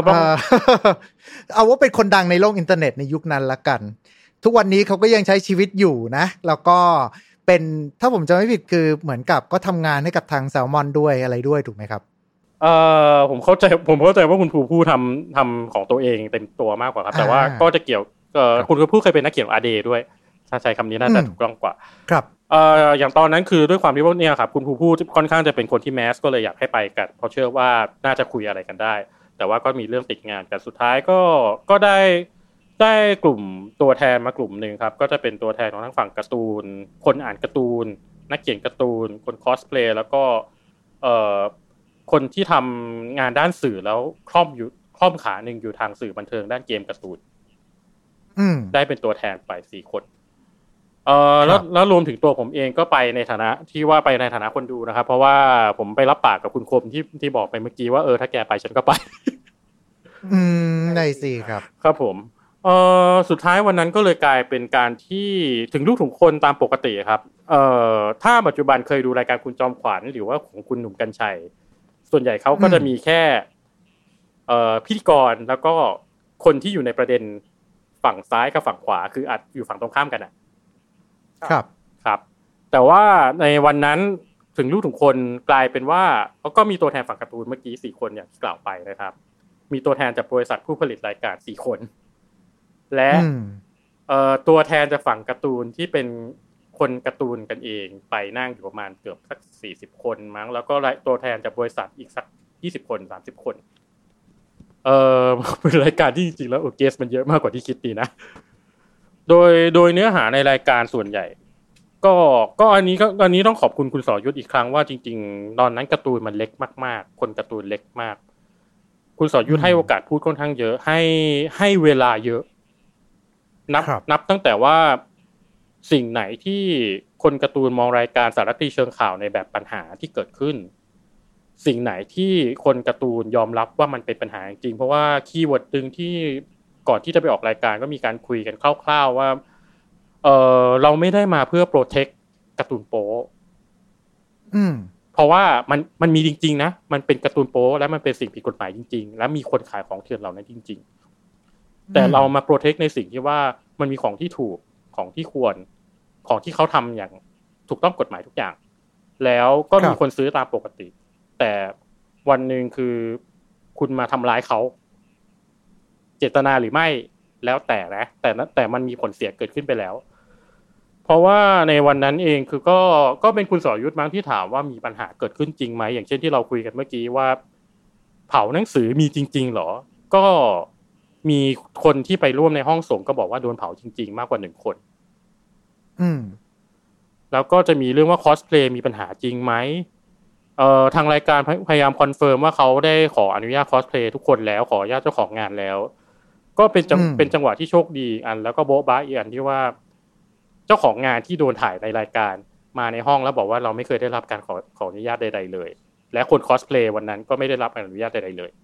เอาว่าเป็นคนดังในโลกอินเทอร์เน็ตในยุคนั้นละกันทุกวันนี้เขาก็ยังใช้ชีวิตอยู่นะแล้วก็เป็นถ้าผมจำไม่ผิดคือเหมือนกับก็ทำงานให้กับทางแซลมอนด้วยอะไรด้วยถูกไหมครับผมเข้าใจว่าคุณผู้ทำของตัวเองเต็มตัวมากกว่าครับแต่ว่าก็จะเกี่ยวคุณผู้เคยเป็นนักเขียนอาร์เดย์ด้วยถ้าใช้คำนี้น่าจะถูกต้องกว่าครับอย่างตอนนั้นคือด้วยความที่ว่าเนี่ยครับคุณผู้ค่อนข้างจะเป็นคนที่แมสก็เลยอยากให้ไปกันเพราะเชื่อว่าน่าจะคุยอะไรกันได้แต่ว่าก็มีเรื่องติดงานกันสุดท้ายก็ได้กลุ่มตัวแทนมากลุ่มนึงครับก็จะเป็นตัวแทนของทั้งฝั่งการ์ตูนคนอ่านการ์ตูนนักเขียนการ์ตูนคนคอสเพลย์แล้วก็คนที่ทำงานด้านสื่อแล้วคล่อมขาหนึ่งอยู่ทางสื่อบันเทิงด้านเกมการ์ตูนได้เป็นตัวแทนไป4คนแล้วรวมถึงตัวผมเองก็ไปในฐานะที่ว่าไปในฐานะคนดูนะครับเพราะว่าผมไปรับปากกับคุณคมที่บอกไปเมื่อกี้ว่าถ้าแกไปฉันก็ไปได้สิครับผมสุดท้ายวันนั้นก็เลยกลายเป็นการที่ถึงลูกถึงคนตามปกติครับถ้าปัจจุบันเคยดูรายการคุณจอมขวัญหรือว่าของคุณหนุ่มกรรชัยส่วนใหญ่เขาก็จะมีแค่พิธีกรแล้วก็คนที่อยู่ในประเด็นฝั่งซ้ายกับฝั่งขวาคืออาจอยู่ฝั่งตรงข้ามกันครับแต่ว่าในวันนั้นถึงลูกถึงคนกลายเป็นว่าก็มีตัวแทนฝั่งการ์ตูนเมื่อกี้4คนอย่างที่กล่าวไปนะครับมีตัวแทนจากบริษัทผู้ผลิตรายการ4คนและตัวแทนจากฝั่งการ์ตูนที่เป็นคนการ์ตูนกันเองไปนั่งอยู่ประมาณเกือบสัก40คนมั้งแล้วก็ตัวแทนจากบริษัทอีกสัก20คน30คนเป็นรายการที่จริงๆแล้วเกสมันเยอะมากกว่าที่คิดดีนะโดยเนื้อหาในรายการส่วนใหญ่ก็อันนี้ต้องขอบคุณคุณสรยุทธอีกครั้งว่าจริงๆตอนนั้นการ์ตูนมันเล็กมากๆคนการ์ตูนเล็กมากคุณสรยุทธให้โอกาสพูดค่อนข้างเยอะให้เวลาเยอะนับตั้งแต่ว่าสิ่งไหนที่คนการ์ตูนมองรายการสารคดีเชิงข่าวในแบบปัญหาที่เกิดขึ้นสิ่งไหนที่คนการ์ตูนยอมรับว่ามันเป็นปัญหาจริงเพราะว่าคีย์เวิร์ดนึงที่ก่อนที่จะไปออกรายการก็มีการคุยกันคร่าวๆว่าเราไม่ได้มาเพื่อโปรเทคการ์ตูนโป๊เพราะว่ามันมีจริงๆนะมันเป็นการ์ตูนโป๊และมันเป็นสิ่งผิดกฎหมายจริงๆและมีคนขายของเถื่อนเหล่านั้นจริงๆแต่เรามาโปรเทคในสิ่งที่ว่ามันมีของที่ถูกของที่ควรของที่เขาทำอย่างถูกต้องกฎหมายทุกอย่างแล้วก็มีคนซื้อตามปกติแต่วันนึงคือคุณมาทำร้ายเขาเจตนาหรือไม่แล้วแต่นะแต่มันมีผลเสียเกิดขึ้นไปแล้วเพราะว่าในวันนั้นเองคือก็เป็นคุณสรยุทธมั้งที่ถามว่ามีปัญหาเกิดขึ้นจริงไหมอย่างเช่นที่เราคุยกันเมื่อกี้ว่าเผาหนังสือมีจริงๆหรอก็มีคนที่ไปร่วมในห้องส่งก็บอกว่าโดนเผาจริงๆมากกว่า1คนแล้วก็จะมีเรื่องว่าคอสเพลย์มีปัญหาจริงไหมทางรายการพยายามคอนเฟิร์มว่าเขาได้ขออนุญาตคอสเพลย์ทุกคนแล้วขออนุญาตเจ้าของงานแล้วก็เป็นจังหวะที่โชคดีอันแล้วก็โบ๊ะบ้าอีกอันที่ว่าเจ้าของงานที่โดนถ่ายในรายการมาในห้องแล้วบอกว่าเราไม่เคยได้รับการขออนุญาตใดๆเลยและคนคอสเพลย์วันนั้นก็ไม่ได้รับอนุญาตใดๆเลย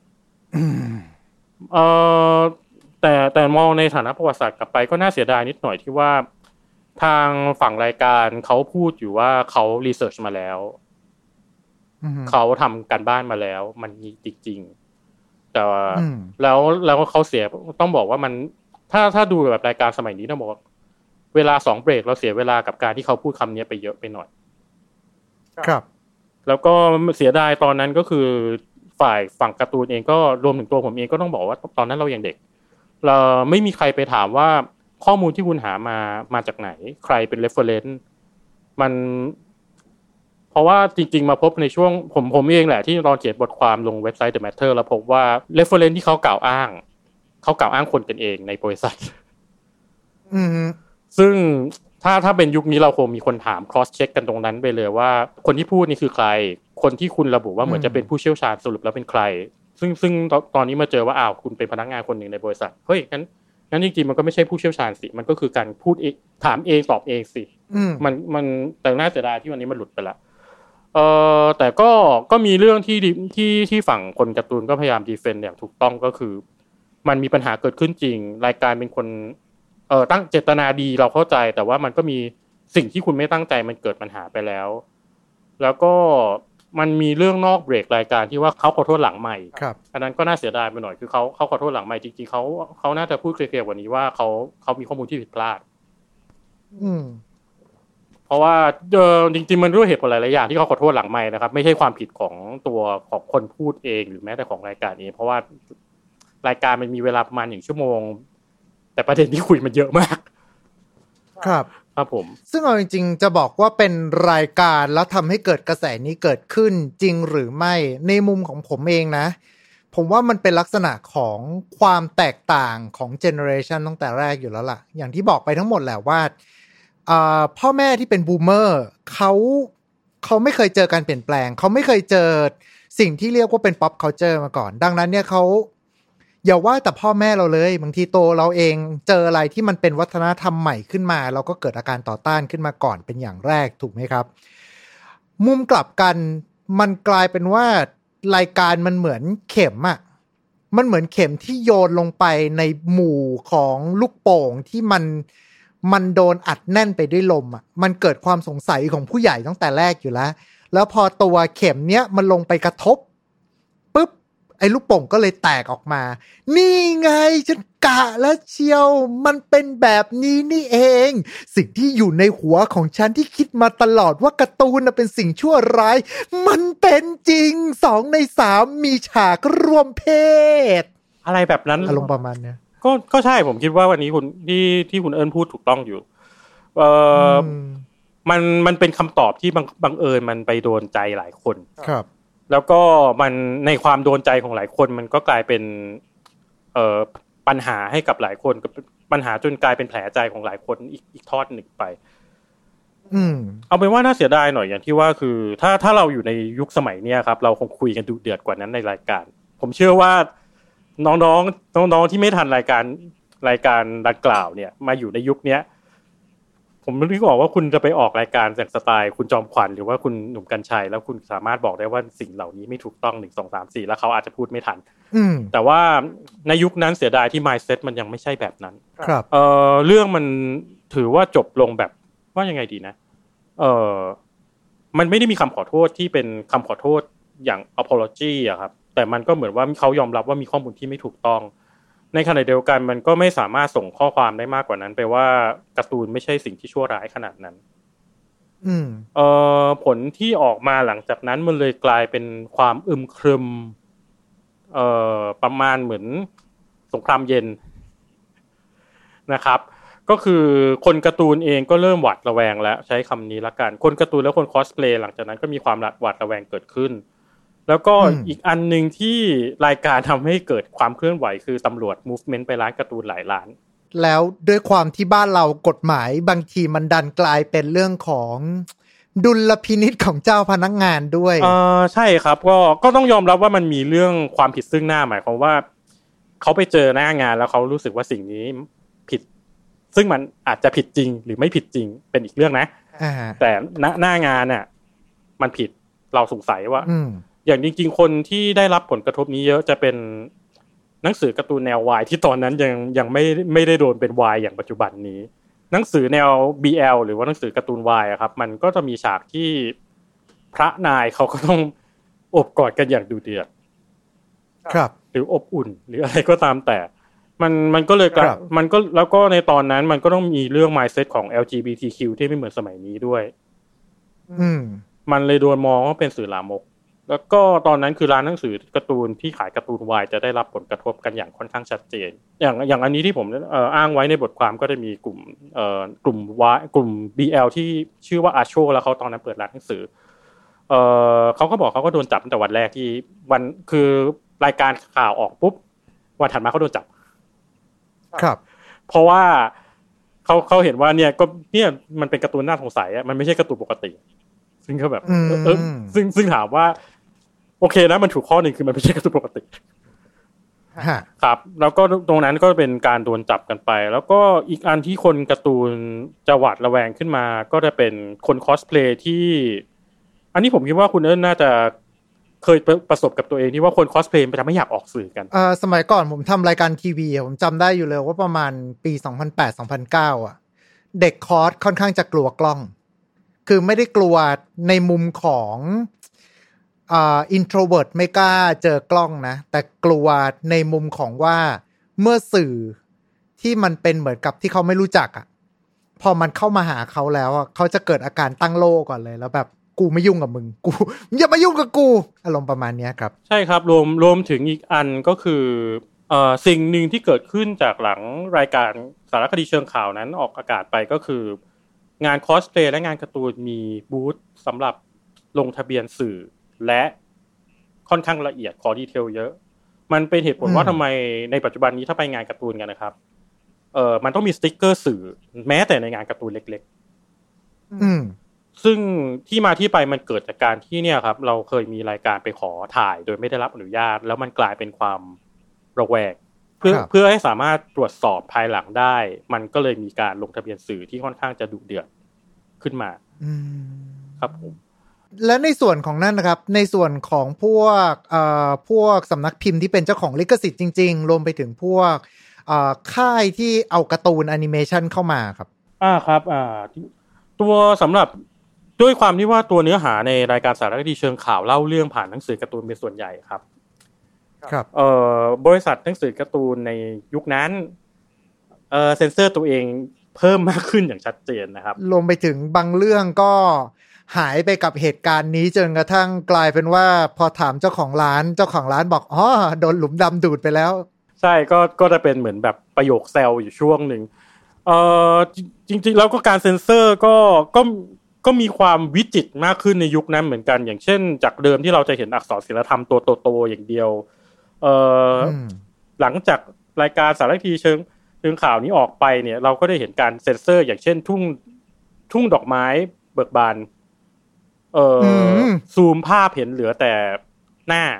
แต่มองในฐานะประวัติศาสตร์กลับไปก็น่าเสียดายนิดหน่อยที่ว่าทางฝั่งรายการเขาพูดอยู่ว่าเขารีเสิร์ชมาแล้วเขาทำการบ้านมาแล้วมันมีจริงๆแต่แล้วเขาเสียต้องบอกว่ามันถ้าดูแบบรายการสมัยนี้ต้องบอกว่าเวลา2เบรกเราเสียเวลากับการที่เขาพูดคำนี้ไปเยอะไปหน่อยครับแล้วก็เสียดายตอนนั้นก็คือฝ่ายฝั่งการ์ตูนเองก็รวมถึงตัวผมเองก็ต้องบอกว่าตอนนั้นเรายังเด็กเราไม่มีใครไปถามว่าข้อมูลที่คุณหามาจากไหนใครเป็น reference มันเพราะว่าจริงๆมาพบในช่วงผมเองแหละที่ตอนเขียนบทความลงเว็บไซต์ The Matter แล้วพบว่า reference ที่เขากล่าวอ้างคนกันเองในบริษัทซึ่งถ้าเป็นยุคนี้เราคงมีคนถาม cross check กันตรงนั้นไปเลยว่าคนที่พูดนี่คือใครคนที่คุณระบุว่าเหมือนจะเป็นผู้เชี่ยวชาญสรุปแล้วเป็นใครซึ่งตอนนี้มาเจอว่าอ้าวคุณเป็นพนักงานคนหนึ่งในบริษัทเฮ้ยงั้นจริงๆมันก็ไม่ใช่ผู้เชี่ยวชาญสิมันก็คือการพูดเองถามเองตอบเองสิมันแต่น่าเสียดายที่วันนี้มันหลุดไปละแต่ก็มีเรื่องที่ฝั่งคนการ์ตูนก็พยายามดีเฟนด์อย่างถูกต้องก็คือมันมีปัญหาเกิดขึ้นจริงรายการเป็นคนตั้งเจตนาดีเราเข้าใจแต่ว่ามันก็มีสิ่งที่คุณไม่ตั้งใจมันเกิดปัญหาไปแล้วแล้วก็มันมีเรื่องนอกเบรกรายการที่ว่าเขาขอโทษหลังใหม่อันนั้นก็น่าเสียดายไปหน่อยคือเขาขอโทษหลังใหม่จริงๆเขาน่าจะพูดเคลียร์กว่านี้ว่าเขามีข้อมูลที่ผิดพลาดเพราะว่าจริงๆมันด้วยเหตุผลหลายๆอย่างที่เขาขอโทษหลังใหม่นะครับไม่ใช่ความผิดของตัวของคนพูดเองหรือแม้แต่ของรายการเองเพราะว่ารายการมันมีเวลาประมาณ1ชั่วโมงแต่ประเด็นที่คุยมันเยอะมากครับผมซึ่งเอาจริงๆจะบอกว่าเป็นรายการแล้วทำให้เกิดกระแสนี้เกิดขึ้นจริงหรือไม่ในมุมของผมเองนะผมว่ามันเป็นลักษณะของความแตกต่างของเจเนอเรชันตั้งแต่แรกอยู่แล้วล่ะอย่างที่บอกไปทั้งหมดแหละว่าพ่อแม่ที่เป็นบูมเมอร์เขาไม่เคยเจอการเปลี่ยนแปลงเขาไม่เคยเจอสิ่งที่เรียกว่าเป็น pop culture มาก่อนดังนั้นเนี่ยเขาอย่าว่าแต่พ่อแม่เราเลยบางทีโตเราเองเจออะไรที่มันเป็นวัฒนธรรมใหม่ขึ้นมาเราก็เกิดอาการต่อต้านขึ้นมาก่อนเป็นอย่างแรกถูกไหมครับมุมกลับกันมันกลายเป็นว่ารายการมันเหมือนเข็มอะมันเหมือนเข็มที่โยนลงไปในหมู่ของลูกโป่งที่มันโดนอัดแน่นไปด้วยลมอ่ะมันเกิดความสงสัยของผู้ใหญ่ตั้งแต่แรกอยู่แล้วพอตัวเข็มเนี้ยมันลงไปกระทบปุ๊บไอ้ลูกโป่งก็เลยแตกออกมานี่ไงฉันกะแล้วเชียวมันเป็นแบบนี้นี่เองสิ่งที่อยู่ในหัวของฉันที่คิดมาตลอดว่าการ์ตูนน่ะเป็นสิ่งชั่วร้ายมันเป็นจริง2 ใน 3มีฉากร่วมเพศอะไรแบบนั้นอารมณ์ประมาณเนี้ยก็ใช่ผมคิดว่าวันนี้คุณที่คุณเอิญพูดถูกต้องอยู่มันเป็นคำตอบที่บังเอิญมันไปโดนใจหลายคนครับแล้วก็มันในความโดนใจของหลายคนมันก็กลายเป็นปัญหาให้กับหลายคนกับปัญหาจนกลายเป็นแผลใจของหลายคนอีกทอดหนึ่งไปเอาเป็นว่าน่าเสียดายหน่อยอย่างที่ว่าคือถ้าเราอยู่ในยุคสมัยเนี้ยครับเราคงคุยกันดุเดือดกว่านั้นในรายการผมเชื่อว่าน้องที่ไม่ทันรายการดังกล่าวเนี่ยมาอยู่ในยุคเนี้ยผมนึกออกว่าคุณจะไปออกรายการจากสไตล์คุณจอมขวัญหรือว่าคุณหนุ่มกรรชัยแล้วคุณสามารถบอกได้ว่าสิ่งเหล่านี้ไม่ถูกต้อง1 2 3 4แล้วเขาอาจจะพูดไม่ทันแต่ว่าในยุคนั้นเสียดายที่ mindset มันยังไม่ใช่แบบนั้นครับเรื่องมันถือว่าจบลงแบบว่ายังไงดีนะมันไม่ได้มีคำขอโทษที่เป็นคำขอโทษอย่าง apology อะครับแต่มันก็เหมือนว่าเขายอมรับว่ามีข้อมูลที่ไม่ถูกต้องในขณะเดียวกันมันก็ไม่สามารถส่งข้อความได้มากกว่านั้นไปว่าการ์ตูนไม่ใช่สิ่งที่ชั่วร้ายขนาดนั้นผลที่ออกมาหลังจากนั้นมันเลยกลายเป็นความอึมครึมประมาณเหมือนสงครามเย็นนะครับก็คือคนการ์ตูนเองก็เริ่มหวาดระแวงแล้วใช้คำนี้ละกันคนการ์ตูนและคนคอสเพลย์หลังจากนั้นก็มีความหวาดระแวงเกิดขึ้นแล้วก็อีกอันนึงที่รายการทำให้เกิดความเคลื่อนไหวคือตำรวจ movement ไปร้านการ์ตูนหลายร้านแล้วด้วยความที่บ้านเรากฎหมายบางทีมันดันกลายเป็นเรื่องของดุลพินิจของเจ้าพนักงานด้วยใช่ครับก็ต้องยอมรับว่ามันมีเรื่องความผิดซึ่งหน้าหมายความว่าเขาไปเจอหน้างานแล้วเขารู้สึกว่าสิ่งนี้ผิดซึ่งมันอาจจะผิดจริงหรือไม่ผิดจริงเป็นอีกเรื่องนะแต่หน้างานน่ะมันผิดเราสงสัยว่าอย่างจริงๆคนที่ได้รับผลกระทบนี้เยอะจะเป็นหนังสือการ์ตูนแนววายที่ตอนนั้นยังไม่ได้โดนเป็นวายอย่างปัจจุบันนี้หนังสือแนว BL หรือว่าหนังสือการ์ตูนวายอะครับมันก็จะมีฉากที่พระนายเขาก็ต้องอบกอดกันอย่างดุเดือดครับหรืออบอุ่นหรืออะไรก็ตามแต่มันก็เลยมันก็แล้วก็ในตอนนั้นมันก็ต้องมีเรื่อง mindset ของ LGBTQ ที่ไม่เหมือนสมัยนี้ด้วยมันเลยโดนมองว่าเป็นสื่อลามกแล้วก็ตอนนั้นคือร้านหนังสือการ์ตูนที่ขายการ์ตูนวายจะได้รับผลกระทบกันอย่างค่อนข้างชัดเจนอย่างอันนี้ที่ผมอ้างไว้ในบทความก็จะมีกลุ่มวายกลุ่ม BL ที่ชื่อว่าอาโชแล้วเขาตอนนั้นเปิดร้านหนังสือเขาก็บอกเขาก็โดนจับตั้งแต่วันแรกที่วันคือรายการข่าวออกปุ๊บวันถัดมาเขาโดนจับครับเพราะว่าเขาเห็นว่าเนี่ยมันเป็นการ์ตูนน่าสงสัยอ่ะมันไม่ใช่การ์ตูนปกติซึ่งเขาแบบซึ่งถามว่าโอเคนะมันถูกข้อหนึ่งคือมันไม่ใช่การ์ตูนปกติครับแล้วก็ตรงนั้นก็เป็นการโดนจับกันไปแล้วก็อีกอันที่คนการ์ตูนจะหวาดระแวงขึ้นมาก็จะเป็นคนคอสเพลย์ที่อันนี้ผมคิดว่าคุณน่าจะเคยประสบกับตัวเองที่ว่าคนคอสเพลย์มันจะไม่อยากออกสื่อกันสมัยก่อนผมทำรายการทีวีผมจำได้อยู่เลยว่าประมาณปี2008-2009อ่ะเด็กคอสค่อนข้างจะกลัวกล้องคือไม่ได้กลัวในมุมของintrovert ไม่กล้าเจอกล้องนะแต่กลัวในมุมของว่าเมื่อสื่อที่มันเป็นเหมือนกับที่เขาไม่รู้จักอ่ะพอมันเข้ามาหาเขาแล้วอ่ะเขาจะเกิดอาการตั้งโล่ก่อนเลยแล้วแบบกูไม่ยุ่งกับมึงกูอย่ามายุ่งกับกูอารมณ์ประมาณนี้ครับใช่ครับรวมถึงอีกอันก็คือสิ่งหนึ่งที่เกิดขึ้นจากหลังรายการสารคดีเชิงข่าวนั้นออกอากาศไปก็คืองานคอสเพลย์และงานการ์ตูนมีบูธสำหรับลงทะเบียนสื่อและค่อนข้างละเอียดขอดีเทลเยอะมันเป็นเหตุผลว่าทำไมในปัจจุบันนี้ถ้าไปงานการ์ตูนกันนะครับมันต้องมีสติ๊กเกอร์สื่อแม้แต่ในงานการ์ตูนเล็กๆซึ่งที่มาที่ไปมันเกิดจากการที่เนี่ยครับเราเคยมีรายการไปขอถ่ายโดยไม่ได้รับอนุญาตแล้วมันกลายเป็นความระแวงเพื่อให้สามารถตรวจสอบภายหลังได้มันก็เลยมีการลงทะเบียนสื่อที่ค่อนข้างจะดุเดือดขึ้นมาครับผมและในส่วนของนั่นนะครับในส่วนของพวกสำนักพิมพ์ที่เป็นเจ้าของลิขสิทธิ์จริงๆรวมไปถึงพวกค่ายที่เอาการ์ตูนแอนิเมชันเข้ามาครับครับตัวสำหรับด้วยความที่ว่าตัวเนื้อหาในรายการสารคดีเชิงข่าวเล่าเรื่องผ่านหนังสือการ์ตูนเป็นส่วนใหญ่ครับบริษัทหนังสือการ์ตูนในยุคนั้นเซ็นเซอร์ตัวเองเพิ่มมากขึ้นอย่างชัดเจนนะครับรวมไปถึงบางเรื่องก็หายไปกับเหตุการณ์นี้จนกระทั่งกลายเป็นว่าพอถามเจ้าของร้านบอกอ๋อโดนหลุมดำดูดไปแล้วใช่ก็จะเป็นเหมือนแบบประโยคแซวอยู่ช่วงหนึ่งจริงๆแล้วก็การเซ็นเซอร์ก็มีความวิจิตรมากขึ้นในยุคนั้นเหมือนกันอย่างเช่นจากเดิมที่เราจะเห็นอักษรศิลธรรมตัวโตๆอย่างเดียวหลังจากรายการสารคดีเชิงข่าวนี้ออกไปเนี่ยเราก็ได้เห็นการเซ็นเซอร์อย่างเช่นทุ่งดอกไม้เบิกบานซูมภาพเห็นเหลือแต่หน้า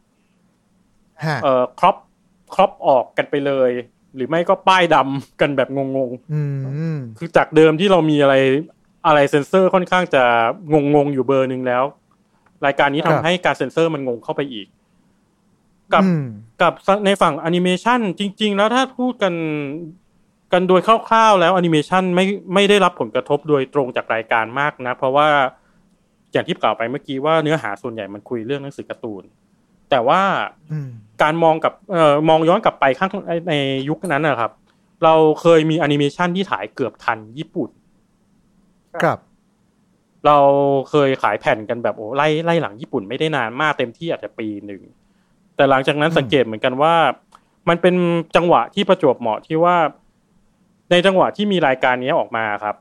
ครอปออกกันไปเลยหรือไม่ก็ป้ายดำกันแบบงงๆคือจากเดิมที่เรามีอะไรเซ็นเซอร์ค่อนข้างจะงงอยู่เบอร์นึงแล้วรายการนี้ทำให้การเซ็นเซอร์มันงงเข้าไปอีกกับในฝั่งแอนิเมชันจริงๆแล้วถ้าพูดกันโดยคร่าวๆแล้วแอนิเมชันไม่ได้รับผลกระทบโดยตรงจากรายการมากนะเพราะว่าอย่างที่กล่าวไปเมื่อกี้ว่าเนื้อหาส่วนใหญ่มันคุยเรื่องหนังสือการ์ตูนแต่ว่าการมองย้อนกลับไปข้างในยุคนั้นนะครับเราเคยมีแอนิเมชันที่ถ่ายเกือบทันญี่ปุ่นครับเราเคยขายแผ่นกันแบบโอ้ไล่หลังญี่ปุ่นไม่ได้นานมากเต็มที่อาจจะปีหนึ่งแต่หลังจากนั้นสังเกตเหมือนกันว่ามันเป็นจังหวะที่ประจวบเหมาะที่ว่าในจังหวะที่มีรายการนี้ออกมาครับ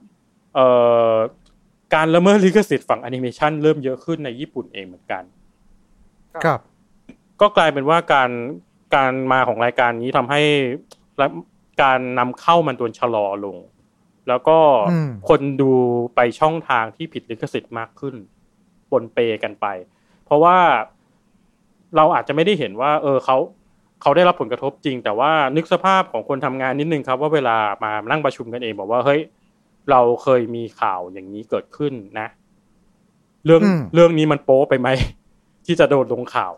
การละเมิดลิขสิทธิ์ฝั่งแอนิเมชันเริ่มเยอะขึ้นในญี่ปุ่นเองเหมือนกันครับก็กลายเป็นว่าการมาของรายการนี้ทำให้การนำเข้ามันโดนชะลอลงแล้วก็คนดูไปช่องทางที่ผิดลิขสิทธิ์มากขึ้นปนเปกันไปเพราะว่าเราอาจจะไม่ได้เห็นว่าเขาได้รับผลกระทบจริงแต่ว่านึกสภาพของคนทำงานนิดนึงครับว่าเวลามานั่งประชุมกันเองบอกว่าเฮ้ยเราเคยมีข่าวอย่างนี้เกิดขึ้นนะเรื่องนี้มันโป๊ไปไหมที่จะโดนลงข่าว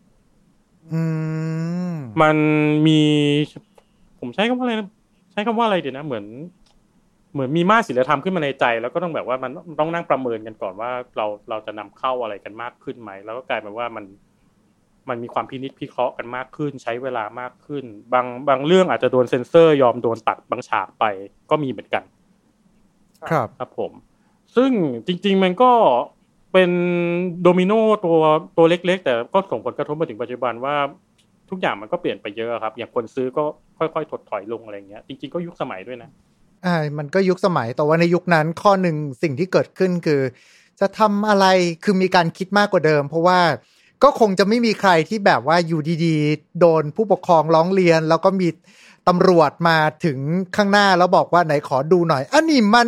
มันมีผมใช้คำว่าอะไรเดี๋ยวนะเหมือนมีมาตรศีลธรรมขึ้นมาในใจแล้วก็ต้องแบบว่ามันต้องนั่งประเมินกันก่อนว่าเราจะนำเข้าอะไรกันมากขึ้นไหมแล้วก็กลายเป็นว่ามันมีความพินิจพิเคราะห์กันมากขึ้นใช้เวลามากขึ้นบางเรื่องอาจจะโดนเซ็นเซอร์ยอมโดนตัดบางฉากไปก็มีเหมือนกันครับผมซึ่งจริงๆมันก็เป็นโดมิโนตัวเล็กๆแต่ก็ส่งผลกระทบมาถึงปัจจุบันว่าทุกอย่างมันก็เปลี่ยนไปเยอะครับอย่างคนซื้อก็ค่อยๆถดถอยลงอะไรเงี้ยจริงๆก็ยุคสมัยด้วยนะมันก็ยุคสมัยแต่ว่าในยุคนั้นข้อหนึ่งสิ่งที่เกิดขึ้นคือจะทำอะไรคือมีการคิดมากกว่าเดิมเพราะว่าก็คงจะไม่มีใครที่แบบว่าอยู่ดีๆโดนผู้ปกครองร้องเรียนแล้วก็มีตำรวจมาถึงข้างหน้าแล้วบอกว่าไหนขอดูหน่อยอันนี้มัน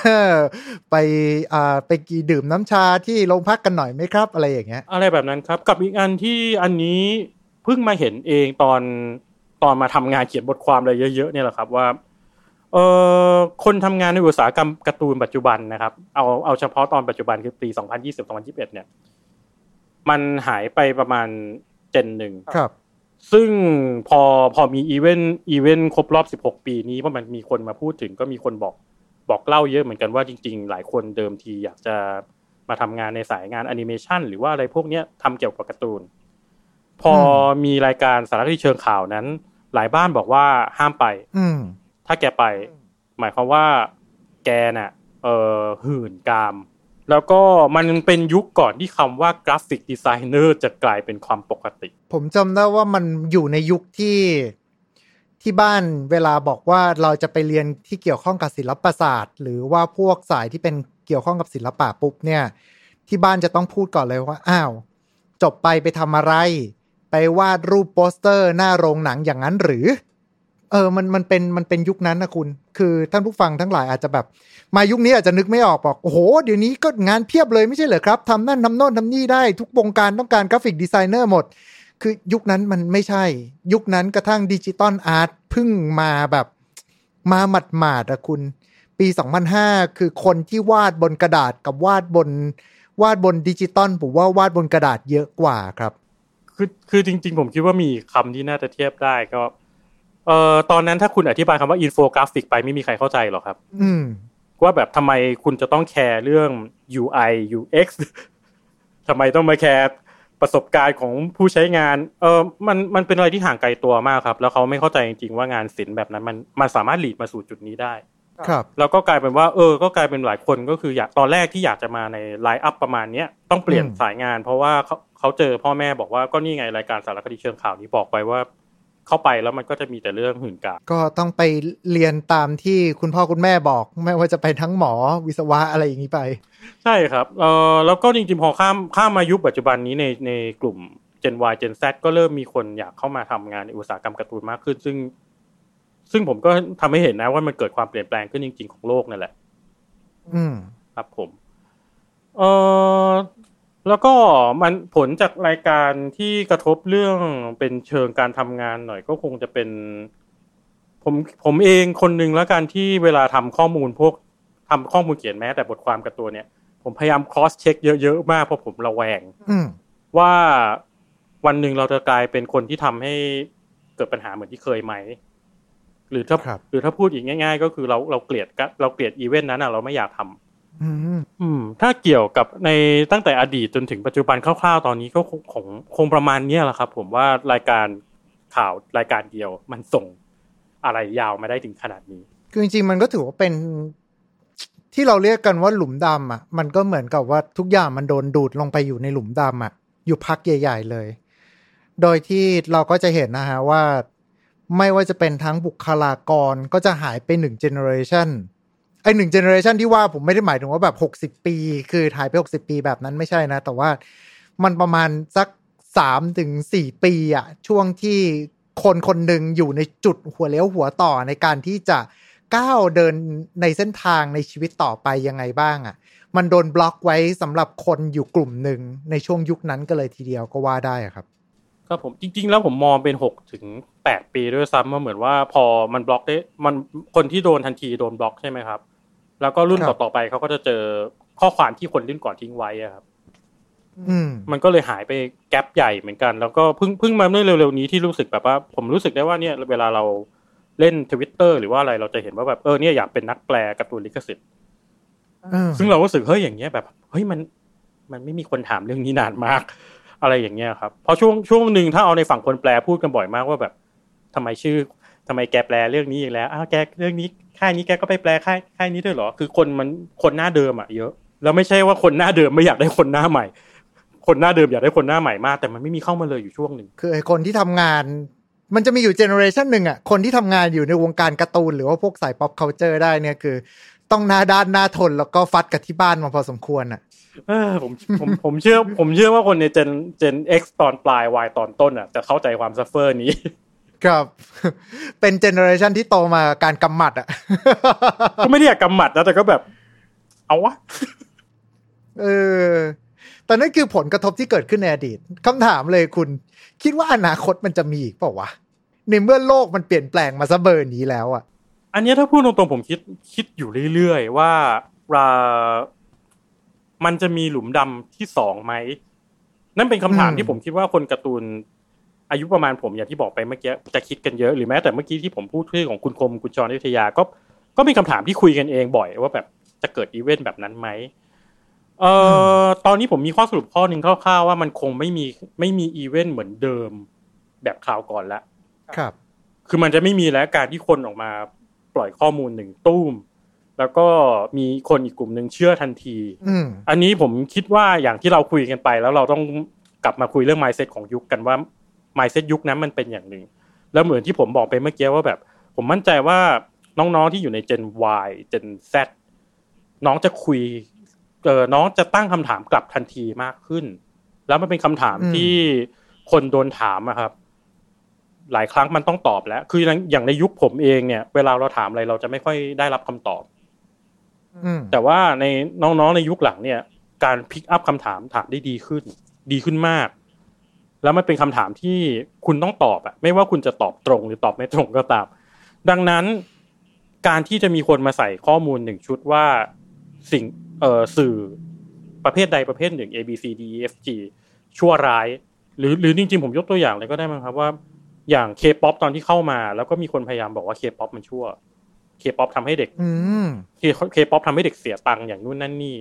ไปดื่มน้ำชาที่โรงพักกันหน่อยไหมครับอะไรอย่างเงี้ยอะไรแบบนั้นครับกับอีกอันที่อันนี้เพิ่งมาเห็นเองตอนมาทำงานเขียนบทความอะไรเยอะๆเนี่ยแหละครับว่าคนทำงานในอุตสาหกรรมการ์ตูนปัจจุบันนะครับเอาเฉพาะตอนปัจจุบันคือปี2020-2021เนี่ยมันหายไปประมาณเจนนึงครับซึ่งพอมีอีเวนต์ครบรอบ16ปีนี้เพราะมันมีคนมาพูดถึงก็มีคนบอกเล่าเยอะเหมือนกันว่าจริงๆหลายคนเดิมทีอยากจะมาทำงานในสายงานแอนิเมชันหรือว่าอะไรพวกเนี้ยทำเกี่ยวกับการ์ตูนพอมีรายการสารคดีเชิงข่าวนั้นหลายบ้านบอกว่าห้ามไปถ้าแกไปหมายความว่าแกน่ะหื่นกามแล้วก็มันเป็นยุคก่อนที่คำว่ากราฟิกดีไซเนอร์จะกลายเป็นความปกติผมจำได้ว่ามันอยู่ในยุคที่บ้านเวลาบอกว่าเราจะไปเรียนที่เกี่ยวข้องกับศิลปศาสตร์หรือว่าพวกสายที่เป็นเกี่ยวข้องกับศิลปะปุ๊บเนี่ยที่บ้านจะต้องพูดก่อนเลยว่าอ้าวจบไปทำอะไรไปวาดรูปโปสเตอร์หน้าโรงหนังอย่างนั้นหรือมันเป็นยุคนั้นนะคุณคือท่านผู้ฟังทั้งหลายอาจจะแบบมายุคนี้อาจจะนึกไม่ออกบอกโอ้โหเดี๋ยวนี้ก็งานเพียบเลยไม่ใช่เหรอครับทำนั่นทำโน่นทำนี่ได้ทุกวงการต้องการกราฟิกดีไซเนอร์หมดคือยุคนั้นมันไม่ใช่ยุคนั้นกระทั่งดิจิตอลอาร์ตเพิ่งมาแบบมาหมาดๆอะคุณปี2005คือคนที่วาดบนกระดาษกับวาดบนดิจิตอลผมว่าวาดบนกระดาษเยอะกว่าครับคือจริงๆผมคิดว่ามีคำที่น่าจะเทียบได้ก็ตอนนั้นถ้าคุณอธิบายคำว่าอินโฟกราฟิกไปไม่มีใครเข้าใจหรอกครับว่าแบบทำไมคุณจะต้องแคร์เรื่อง UI UX ทำไมต้องมาแคร์ประสบการณ์ของผู้ใช้งานมันเป็นอะไรที่ห่างไกลตัวมากครับแล้วเขาไม่เข้าใจจริงๆว่างานศิลป์แบบนั้นมันสามารถลีดมาสู่จุดนี้ได้ครับแล้วก็กลายเป็นว่าก็กลายเป็นหลายคนก็คืออยากตอนแรกที่อยากจะมาในไลน์อัพประมาณนี้ต้องเปลี่ยนสายงานเพราะว่าเขาเจอพ่อแม่บอกว่าก็นี่ไงรายการสารคดีเชิงข่าวนี้บอกไปว่าเข้าไปแล้วมันก็จะมีแต่เรื่องหื่นกามก็ต้องไปเรียนตามที่คุณพ่อคุณแม่บอกไม่ว่าจะไปทั้งหมอวิศวะอะไรอย่างนี้ไปใช่ครับแล้วก็จริงๆพอข้ามมายุคปัจจุบันนี้ในกลุ่ม Gen Y Gen Z ก็เริ่มมีคนอยากเข้ามาทำงานในอุตสาหกรรมการ์ตูนมากขึ้นซึ่งผมก็ทำให้เห็นนะว่ามันเกิดความเปลี่ยนแปลงขึ้นจริงๆของโลกนั่นแหละครับผมเออแล้วก็มันผลจากรายการที่กระทบเรื่องเป็นเชิงการทำงานหน่อยก็คงจะเป็นผมเองคนนึงแล้วกันที่เวลาทำข้อมูลพวกทำข้อมูลเขียนแม้แต่บทความกับตัวเนี่ยผมพยายาม cross check เยอะๆมากเพราะผมระแวงว่าวันหนึ่งเราจะกลายเป็นคนที่ทำให้เกิดปัญหาเหมือนที่เคยไหมหรือถ้าพูดอีกง่ายๆก็คือเราเกลียดอีเวนต์นั้นเราไม่อยากทำถ้าเกี่ยวกับในตั้งแต่อดีตจนถึงปัจจุบันคร่าวๆตอนนี้ก็คงประมาณนี้แหละครับผมว่ารายการข่าวรายการเดียวมันส่งอะไรยาวมาได้ถึงขนาดนี้คือจริงๆมันก็ถือว่าเป็นที่เราเรียกกันว่าหลุมดำอ่ะมันก็เหมือนกับว่าทุกอย่างมันโดนดูดลงไปอยู่ในหลุมดำอ่ะอยู่พักใหญ่ๆเลยโดยที่เราก็จะเห็นนะฮะว่าไม่ว่าจะเป็นทั้งบุคลากรก็จะหายไป1 generation ไอ้1 generation ที่ว่าผมไม่ได้หมายถึงว่าแบบ60 ปีคือหายไป60 ปีแบบนั้นไม่ใช่นะแต่ว่ามันประมาณสัก3 ถึง 4 ปีอ่ะช่วงที่คนหนึ่งอยู่ในจุดหัวเลี้ยวหัวต่อในการที่จะก้าวเดินในเส้นทางในชีวิตต่อไปยังไงบ้างอ่ะมันโดนบล็อกไว้สำหรับคนอยู่กลุ่มหนึ่งในช่วงยุคนั้นก็เลยทีเดียวก็ว่าได้ครับครับผมจริงๆแล้วผมมองเป็น6 ถึง 8 ปีด้วยซ้ำว่าเหมือนว่าพอมันบล็อกได้มันคนที่โดนทันทีโดนบล็อกใช่ไหมครับแล้วก็รุ่นต่อๆไปเขาก็จะเจอข้อความที่คนรุ่นก่อนทิ้งไว้ครับมันก็เลยหายไปแกปใหญ่เหมือนกันแล้วก็เพิ่งมาเมื่อเร็วๆนี้ที่รู้สึกแบบว่าผมรู้สึกได้ว่าเนี่ยเวลาเราเล่น Twitter หรือว่าอะไรเราจะเห็นว่าแบบเนี่ยอยากเป็นนักแปลการ์ตูนลิขสิทธิ์ซึ่งเรารู้สึกเฮ้ยอย่างเงี้ยแบบเฮ้ยมันไม่มีคนถามเรื่องนี้นานมากอะไรอย่างเงี้ยครับเพราะช่วงนึงถ้าเอาในฝั่งคนแปลพูดกันบ่อยมากว่าแบบทำไมแกแปลเรื่องนี้อีกแล้วแกเรื่องนี้ค่ายนี้แกก็ไปแปลค่ายนี้ด้วยเหรอคือคนหน้าเดิมเยอะแล้วไม่ใช่ว่าคนหน้าเดิมไม่อยากได้คนหน้าใหม่คนหน้าเดิมอยากได้คนหน้าใหม่มากแต่มันไม่มีเข้ามาเลยอยู่ช่วงนึงคือไอ้คนที่ทำงานมันจะมีอยู่เจเนอเรชันนึงคนที่ทำงานอยู่ในวงการการ์ตูนหรือว่าพวกสาย pop culture ได้เนี่ยคือต้องหน้าด้านหน้าทนแล้วก็ฟัดกับที่บ้านมาพอสมควรผมเชื่อว่าคนในเจน X ตอนปลาย Y ตอนต้นจะเข้าใจความซัฟเฟอร์นี้ครับเป็นเจเนอเรชันที่โตมาการกำหมัดก็ไม่ได้อยากกำหมัดนะแต่ก็แบบเอาวะแต่นั่นคือผลกระทบที่เกิดขึ้นในอดีตคำถามเลยคุณคิดว่าอนาคตมันจะมีอีกเปล่าวะในเมื่อโลกมันเปลี่ยนแปลงมาซะเบอร์นี้แล้วอันนี้ถ้าพูดตรงๆผมคิดอยู่เรื่อยๆว่ามันจะมีหลุมดำที่2ไหมนั่นเป็นคำถามที่ผมคิดว่าคนการ์ตูนอายุประมาณผมอย่างที่บอกไปเมื่อกี้จะคิดกันเยอะหรือแม้แต่เมื่อกี้ที่ผมพูดเรื่องของคุณคมคุณชรนิทยาก็เป็นคำถามที่คุยกันเองบ่อยว่าแบบจะเกิดอีเวนต์แบบนั้นไหมตอนนี้ผมมีข้อสรุปข้อนึงคร่าวๆว่ามันคงไม่มีอีเวนต์เหมือนเดิมแบบคราวก่อนละครับคือมันจะไม่มีแล้วการที่คนออกมาปล่อยข้อมูล1ตุ้มแล้วก็มีคนอีกกลุ่มนึงเชื่อทันทีอันนี้ผมคิดว่าอย่างที่เราคุยกันไปแล้วเราต้องกลับมาคุยเรื่อง mindset ของยุคกันว่า mindset ยุคนั้นมันเป็นอย่างนึงแล้วเหมือนที่ผมบอกไปเมื่อกี้ว่าแบบผมมั่นใจว่าน้องๆที่อยู่ใน Gen Y Gen Z น้องจะคุยน้องจะตั้งคำถามกลับทันทีมากขึ้นแล้วมันเป็นคำถามที่คนโดนถามครับหลายครั้งมันต้องตอบแล้วคืออย่างในยุคผมเองเนี่ยเวลาเราถามอะไรเราจะไม่ค่อยได้รับคำตอบแต่ว่าในน้องๆในยุคหลังเนี่ยการพิกอัพคำถามได้ดีขึ้นมากแล้วมันเป็นคำถามที่คุณต้องตอบไม่ว่าคุณจะตอบตรงหรือตอบไม่ตรงก็ตามดังนั้นการที่จะมีคนมาใส่ข้อมูล1ชุดว่าสิ่งสื่อประเภทใดประเภทหนึ่ง A B C D E F G ชั่วร้ายหรือจริงๆผมยกตัวอย่างเลยก็ได้มั้งครับว่าอย่าง K-pop ตอนที่เข้ามาแล้วก็มีคนพยายามบอกว่า K-pop มันชั่ว K-pop ทำให้เด็กK-pop ทำให้เด็กเสียตังค์อย่างนู่นนั่นนี่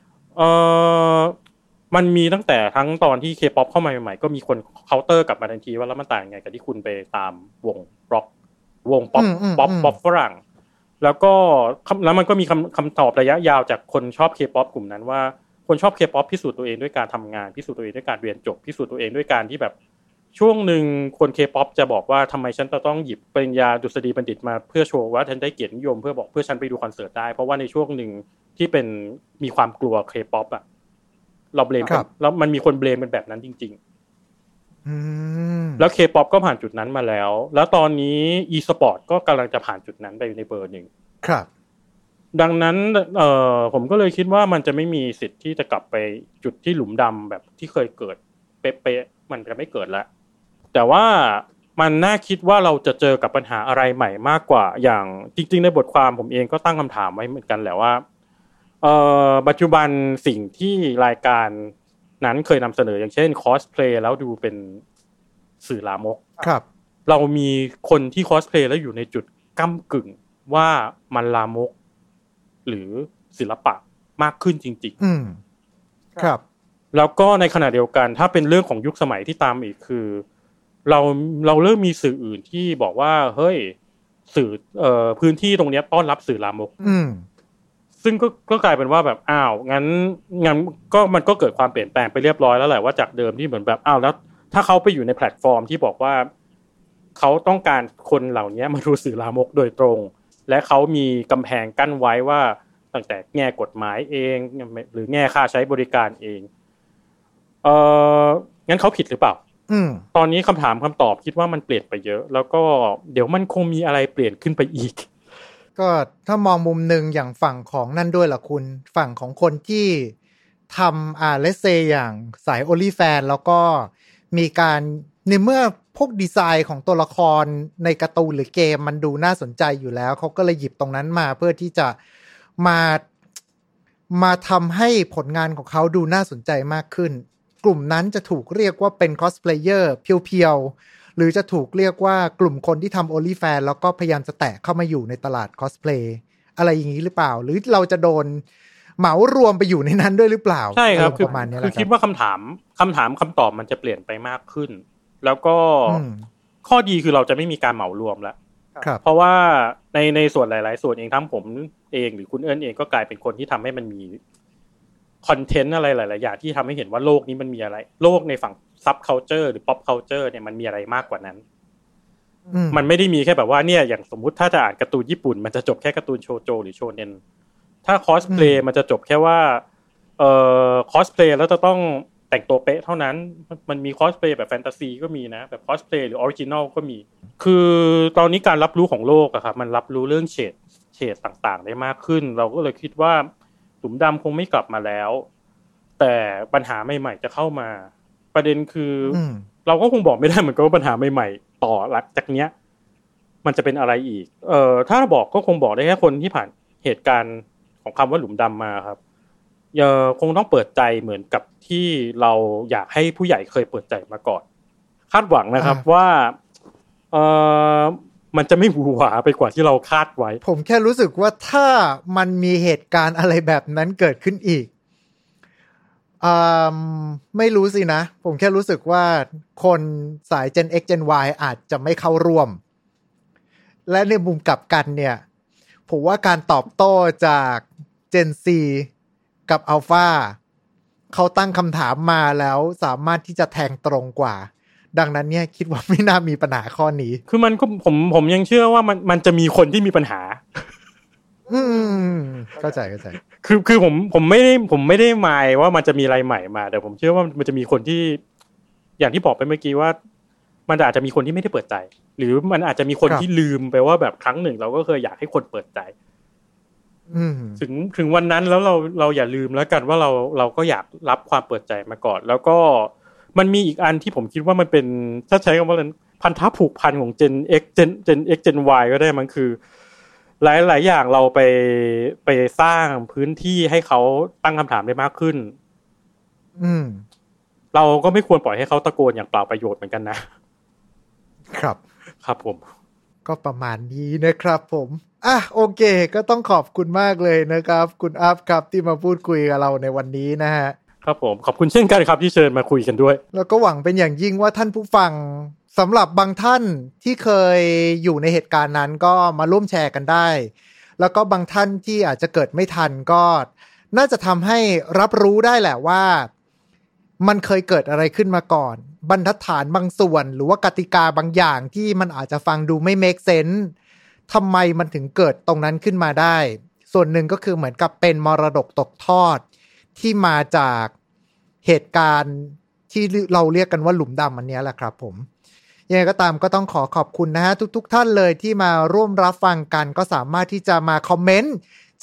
มันมีตั้งแต่ทั้งตอนที่ K-pop เข้ามาใหม่ๆก็มีคนเคาน์เตอร์กลับมาทันทีว่าแล้วมันต่างไงกับที่คุณไปตามวงร็อกวงป๊อปฝรั่งแล้วมันก็มีคำตอบระยะยาวจากคนชอบ K-pop กลุ่มนั้นว่าคนชอบ K-pop พิสูจน์ตัวเองด้วยการทำงานพิสูจน์ตัวเองด้วยการเรียนจบพิสูจน์ตัวเองด้วยการที่แบบช่วงนึงคน K-pop จะบอกว่าทำไมฉันจะต้องหยิบปริญญาดุษฎีบัณฑิตมาเพื่อโชว์ว่าฉันได้เกียรตินิยมเพื่อฉันไปดูคอนเสิร์ตได้เพราะว่าในช่วงนึงที่เป็นมีความกลัว K-pop เราเบลมแล้วมันมีคนเบลมเป็นแบบนั้นจริงๆแล้ว K-pop ก็ผ่านจุดนั้นมาแล้วตอนนี้ e-sport ก็กำลังจะผ่านจุดนั้นไปในเบอร์นึงครับดังนั้นผมก็เลยคิดว่ามันจะไม่มีสิทธิ์ที่จะกลับไปจุดที่หลุมดำแบบที่เคยเกิดเป๊ะๆมันจะไม่เกิดละแต่ว่ามันน่าคิดว่าเราจะเจอกับปัญหาอะไรใหม่มากกว่าอย่างจริงๆในบทความผมเองก็ตั้งคำถามไว้เหมือนกันแหละว่าปัจจุบันสิ่งที่รายการนั้นเคยนำเสนออย่างเช่นคอสเพลย์แล้วดูเป็นสื่อลามกครับเรามีคนที่คอสเพลย์แล้วอยู่ในจุดก้ำกึ่งว่ามันลามกหรือศิลปะมากขึ้นจริงๆครับแล้วก็ในขณะเดียวกันถ้าเป็นเรื่องของยุคสมัยที่ตามอีกคือเราเริ่มมีสื่ออื่นที่บอกว่าเฮ้ยสื่อพื้นที่ตรงนี้ต้อนรับสื่อลามกซึ่งก็กลายเป็นว่าแบบอ้าวงั้นก็มันก็เกิดความเปลี่ยนแปลงไปเรียบร้อยแล้วแหละว่าจากเดิมที่เหมือนแบบอ้าวแล้วถ้าเขาไปอยู่ในแพลตฟอร์มที่บอกว่าเขาต้องการคนเหล่านี้มาดูสื่อลามกโดยตรงและเขามีกำแพงกั้นไว้ว่าตั้งแต่แง่กฎหมายเองหรือแง่ค่าใช้บริการเองงั้นเขาผิดหรือเปล่าตอนนี้คำตอบคิดว่ามันเปลี่ยนไปเยอะแล้วก็เดี๋ยวมันคงมีอะไรเปลี่ยนขึ้นไปอีกก็ถ้ามองมุมหนึ่งอย่างฝั่งของนั่นด้วยล่ะคุณฝั่งของคนที่ทำเลสเซอย่างสาย OnlyFans แล้วก็มีการในเมื่อพวกดีไซน์ของตัวละครในการ์ตูนหรือเกมมันดูน่าสนใจอยู่แล้วเขาก็เลยหยิบตรงนั้นมาเพื่อที่จะมาทำให้ผลงานของเขาดูน่าสนใจมากขึ้นกลุ่มนั้นจะถูกเรียกว่าเป็นคอสเพลเยอร์เพียวๆหรือจะถูกเรียกว่ากลุ่มคนที่ทำ OnlyFans แล้วก็พยายามจะแตะเข้ามาอยู่ในตลาดคอสเพลย์อะไรอย่างนี้หรือเปล่าหรือเราจะโดนเหมารวมไปอยู่ในนั้นด้วยหรือเปล่าใช่ครับประมาณนี้คือคิดว่าคำตอบมันจะเปลี่ยนไปมากขึ้นแล้วก็ข้อดีคือเราจะไม่มีการเหมารวมแล้วเพราะว่าในส่วนหลายๆส่วนเองทั้งผมเองหรือคุณเอิญเองก็กลายเป็นคนที่ทำให้มันมีคอนเทนต์อะไรหลายๆอย่างที่ทำให้เห็นว่าโลกนี้มันมีอะไรโลกในฝั่งซับคัลเจอร์หรือป๊อปคัลเจอร์เนี่ยมันมีอะไรมากกว่านั้นมันไม่ได้มีแค่แบบว่าเนี่ยอย่างสมมุติถ้าจะอ่านการ์ตูนญี่ปุ่นมันจะจบแค่การ์ตูนโชโจหรือโชเน็นถ้าคอสเพลย์มันจะจบแค่ว่าคอสเพลย์แล้วจะต้องแต่งตัวเป๊ะเท่านั้นมันมีคอสเพลย์แบบแฟนตาซีก็มีนะแบบคอสเพลย์หรือออริจินอลก็มีคือตอนนี้การรับรู้ของโลกอะครับมันรับรู้เรื่องเฉดต่างๆได้มากขึ้นเราก็เลยคิดว่าหลุมดำคงไม่กลับมาแล้วแต่ปัญหาใหม่ๆจะเข้ามาประเด็นคือเราก็คงบอกไม่ได้เหมือนกันว่าปัญหาใหม่ๆต่อหลังจากเนี้ยมันจะเป็นอะไรอีกถ้าบอกก็คงบอกได้แค่คนที่ผ่านเหตุการณ์ของคำว่าหลุมดำมาครับคงต้องเปิดใจเหมือนกับที่เราอยากให้ผู้ใหญ่เคยเปิดใจมาก่อนคาดหวังนะครับว่ามันจะไม่หวือหวาไปกว่าที่เราคาดไว้ผมแค่รู้สึกว่าถ้ามันมีเหตุการณ์อะไรแบบนั้นเกิดขึ้นอีกไม่รู้สินะผมแค่รู้สึกว่าคนสาย Gen X Gen Y อาจจะไม่เข้าร่วมและในมุมกลับกันเนี่ยผมว่าการตอบโต้จาก Gen Z กับ Alpha เขาตั้งคำถามมาแล้วสามารถที่จะแทงตรงกว่าดังนั้นเนี่ยคิดว่าไม่น่ามีปัญหาข้อนี้คือมันก็ผมยังเชื่อว่ามันจะมีคนที่มีปัญหาเข้าใจคือผมไม่ได้หมายว่ามันจะมีอะไรใหม่มาแต่ผมเชื่อว่ามันจะมีคนที่อย่างที่บอกไปเมื่อกี้ว่ามันอาจจะมีคนที่ไม่ได้เปิดใจหรือมันอาจจะมีคนที่ลืมไปว่าแบบครั้งหนึ่งเราก็เคยอยากให้คนเปิดใจถึงวันนั้นแล้วเราอย่าลืมแล้วกันว่าเราก็อยากรับความเปิดใจมาก่อนแล้วก็มันมีอีกอันที่ผมคิดว่ามันเป็นถ้าใช้คำว่าพันธะผูกพันของ Gen X Gen Y ก็ได้มันคือหลายอย่างเราไปสร้างพื้นที่ให้เขาตั้งคำถามได้มากขึ้นเราก็ไม่ควรปล่อยให้เขาตะโกนอย่างเปล่าประโยชน์เหมือนกันนะครับผมก็ประมาณนี้นะครับผมโอเคก็ต้องขอบคุณมากเลยนะครับคุณอัพครับที่มาพูดคุยกับเราในวันนี้นะฮะครับผมขอบคุณเช่นกันครับที่เชิญมาคุยกันด้วยแล้วก็หวังเป็นอย่างยิ่งว่าท่านผู้ฟังสำหรับบางท่านที่เคยอยู่ในเหตุการณ์นั้นก็มาร่วมแชร์กันได้แล้วก็บางท่านที่อาจจะเกิดไม่ทันก็น่าจะทำให้รับรู้ได้แหละว่ามันเคยเกิดอะไรขึ้นมาก่อนบรรทัดฐานบางส่วนหรือว่ากติกาบางอย่างที่มันอาจจะฟังดูไม่เมคเซนส์ทำไมมันถึงเกิดตรงนั้นขึ้นมาได้ส่วนหนึ่งก็คือเหมือนกับเป็นมรดกตกทอดที่มาจากเหตุการณ์ที่เราเรียกกันว่าหลุมดำอันนี้แหละครับผมยังไงก็ตามก็ต้องขอบคุณนะฮะทุกท่านเลยที่มาร่วมรับฟังกันก็สามารถที่จะมาคอมเมนต์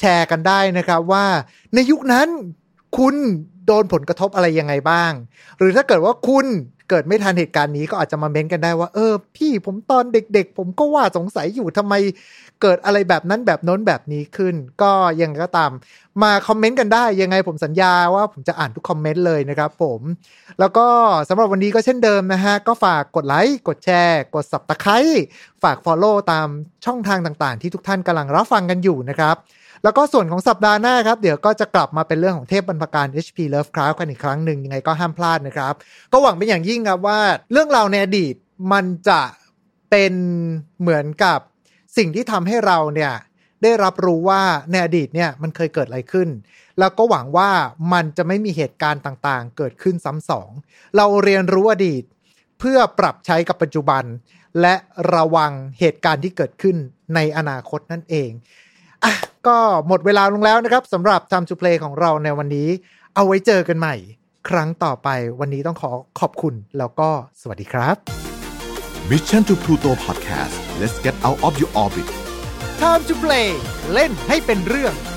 แชร์กันได้นะครับว่าในยุคนั้นคุณโดนผลกระทบอะไรยังไงบ้างหรือถ้าเกิดว่าคุณเกิดไม่ทันเหตุการณ์นี้ก็อาจจะมาเม้นกันได้ว่าพี่ผมตอนเด็กๆผมก็ว่าสงสัยอยู่ทำไมเกิดอะไรแบบนั้นแบบโน้นแบบนี้ขึ้นก็ยังก็ตามมาคอมเมนต์กันได้ยังไงผมสัญญาว่าผมจะอ่านทุกคอมเมนต์เลยนะครับผมแล้วก็สำหรับวันนี้ก็เช่นเดิมนะฮะก็ฝากกดไลค์กดแชร์กด Subscribe ฝาก Follow ตามช่องทางต่างๆที่ทุกท่านกำลังรับฟังกันอยู่นะครับแล้วก็ส่วนของสัปดาห์หน้าครับเดี๋ยวก็จะกลับมาเป็นเรื่องของเทพบรรพการ HP Lovecraft กันอีกครั้งหนึ่งยังไงก็ห้ามพลาดนะครับก็หวังเป็นอย่างยิ่งครับว่าเรื่องราวในอดีตมันจะเป็นเหมือนกับสิ่งที่ทำให้เราเนี่ยได้รับรู้ว่าในอดีตเนี่ยมันเคยเกิดอะไรขึ้นแล้วก็หวังว่ามันจะไม่มีเหตุการณ์ต่างๆเกิดขึ้นซ้ำสองเราเรียนรู้อดีตเพื่อปรับใช้กับปัจจุบันและระวังเหตุการณ์ที่เกิดขึ้นในอนาคตนั่นเองก็หมดเวลาลงแล้วนะครับสำหรับ Time to Play ของเราในวันนี้เอาไว้เจอกันใหม่ครั้งต่อไปวันนี้ต้องขอบคุณแล้วก็สวัสดีครับ Mission to Pluto Podcast Let's get out of your orbit Time to Play เล่นให้เป็นเรื่อง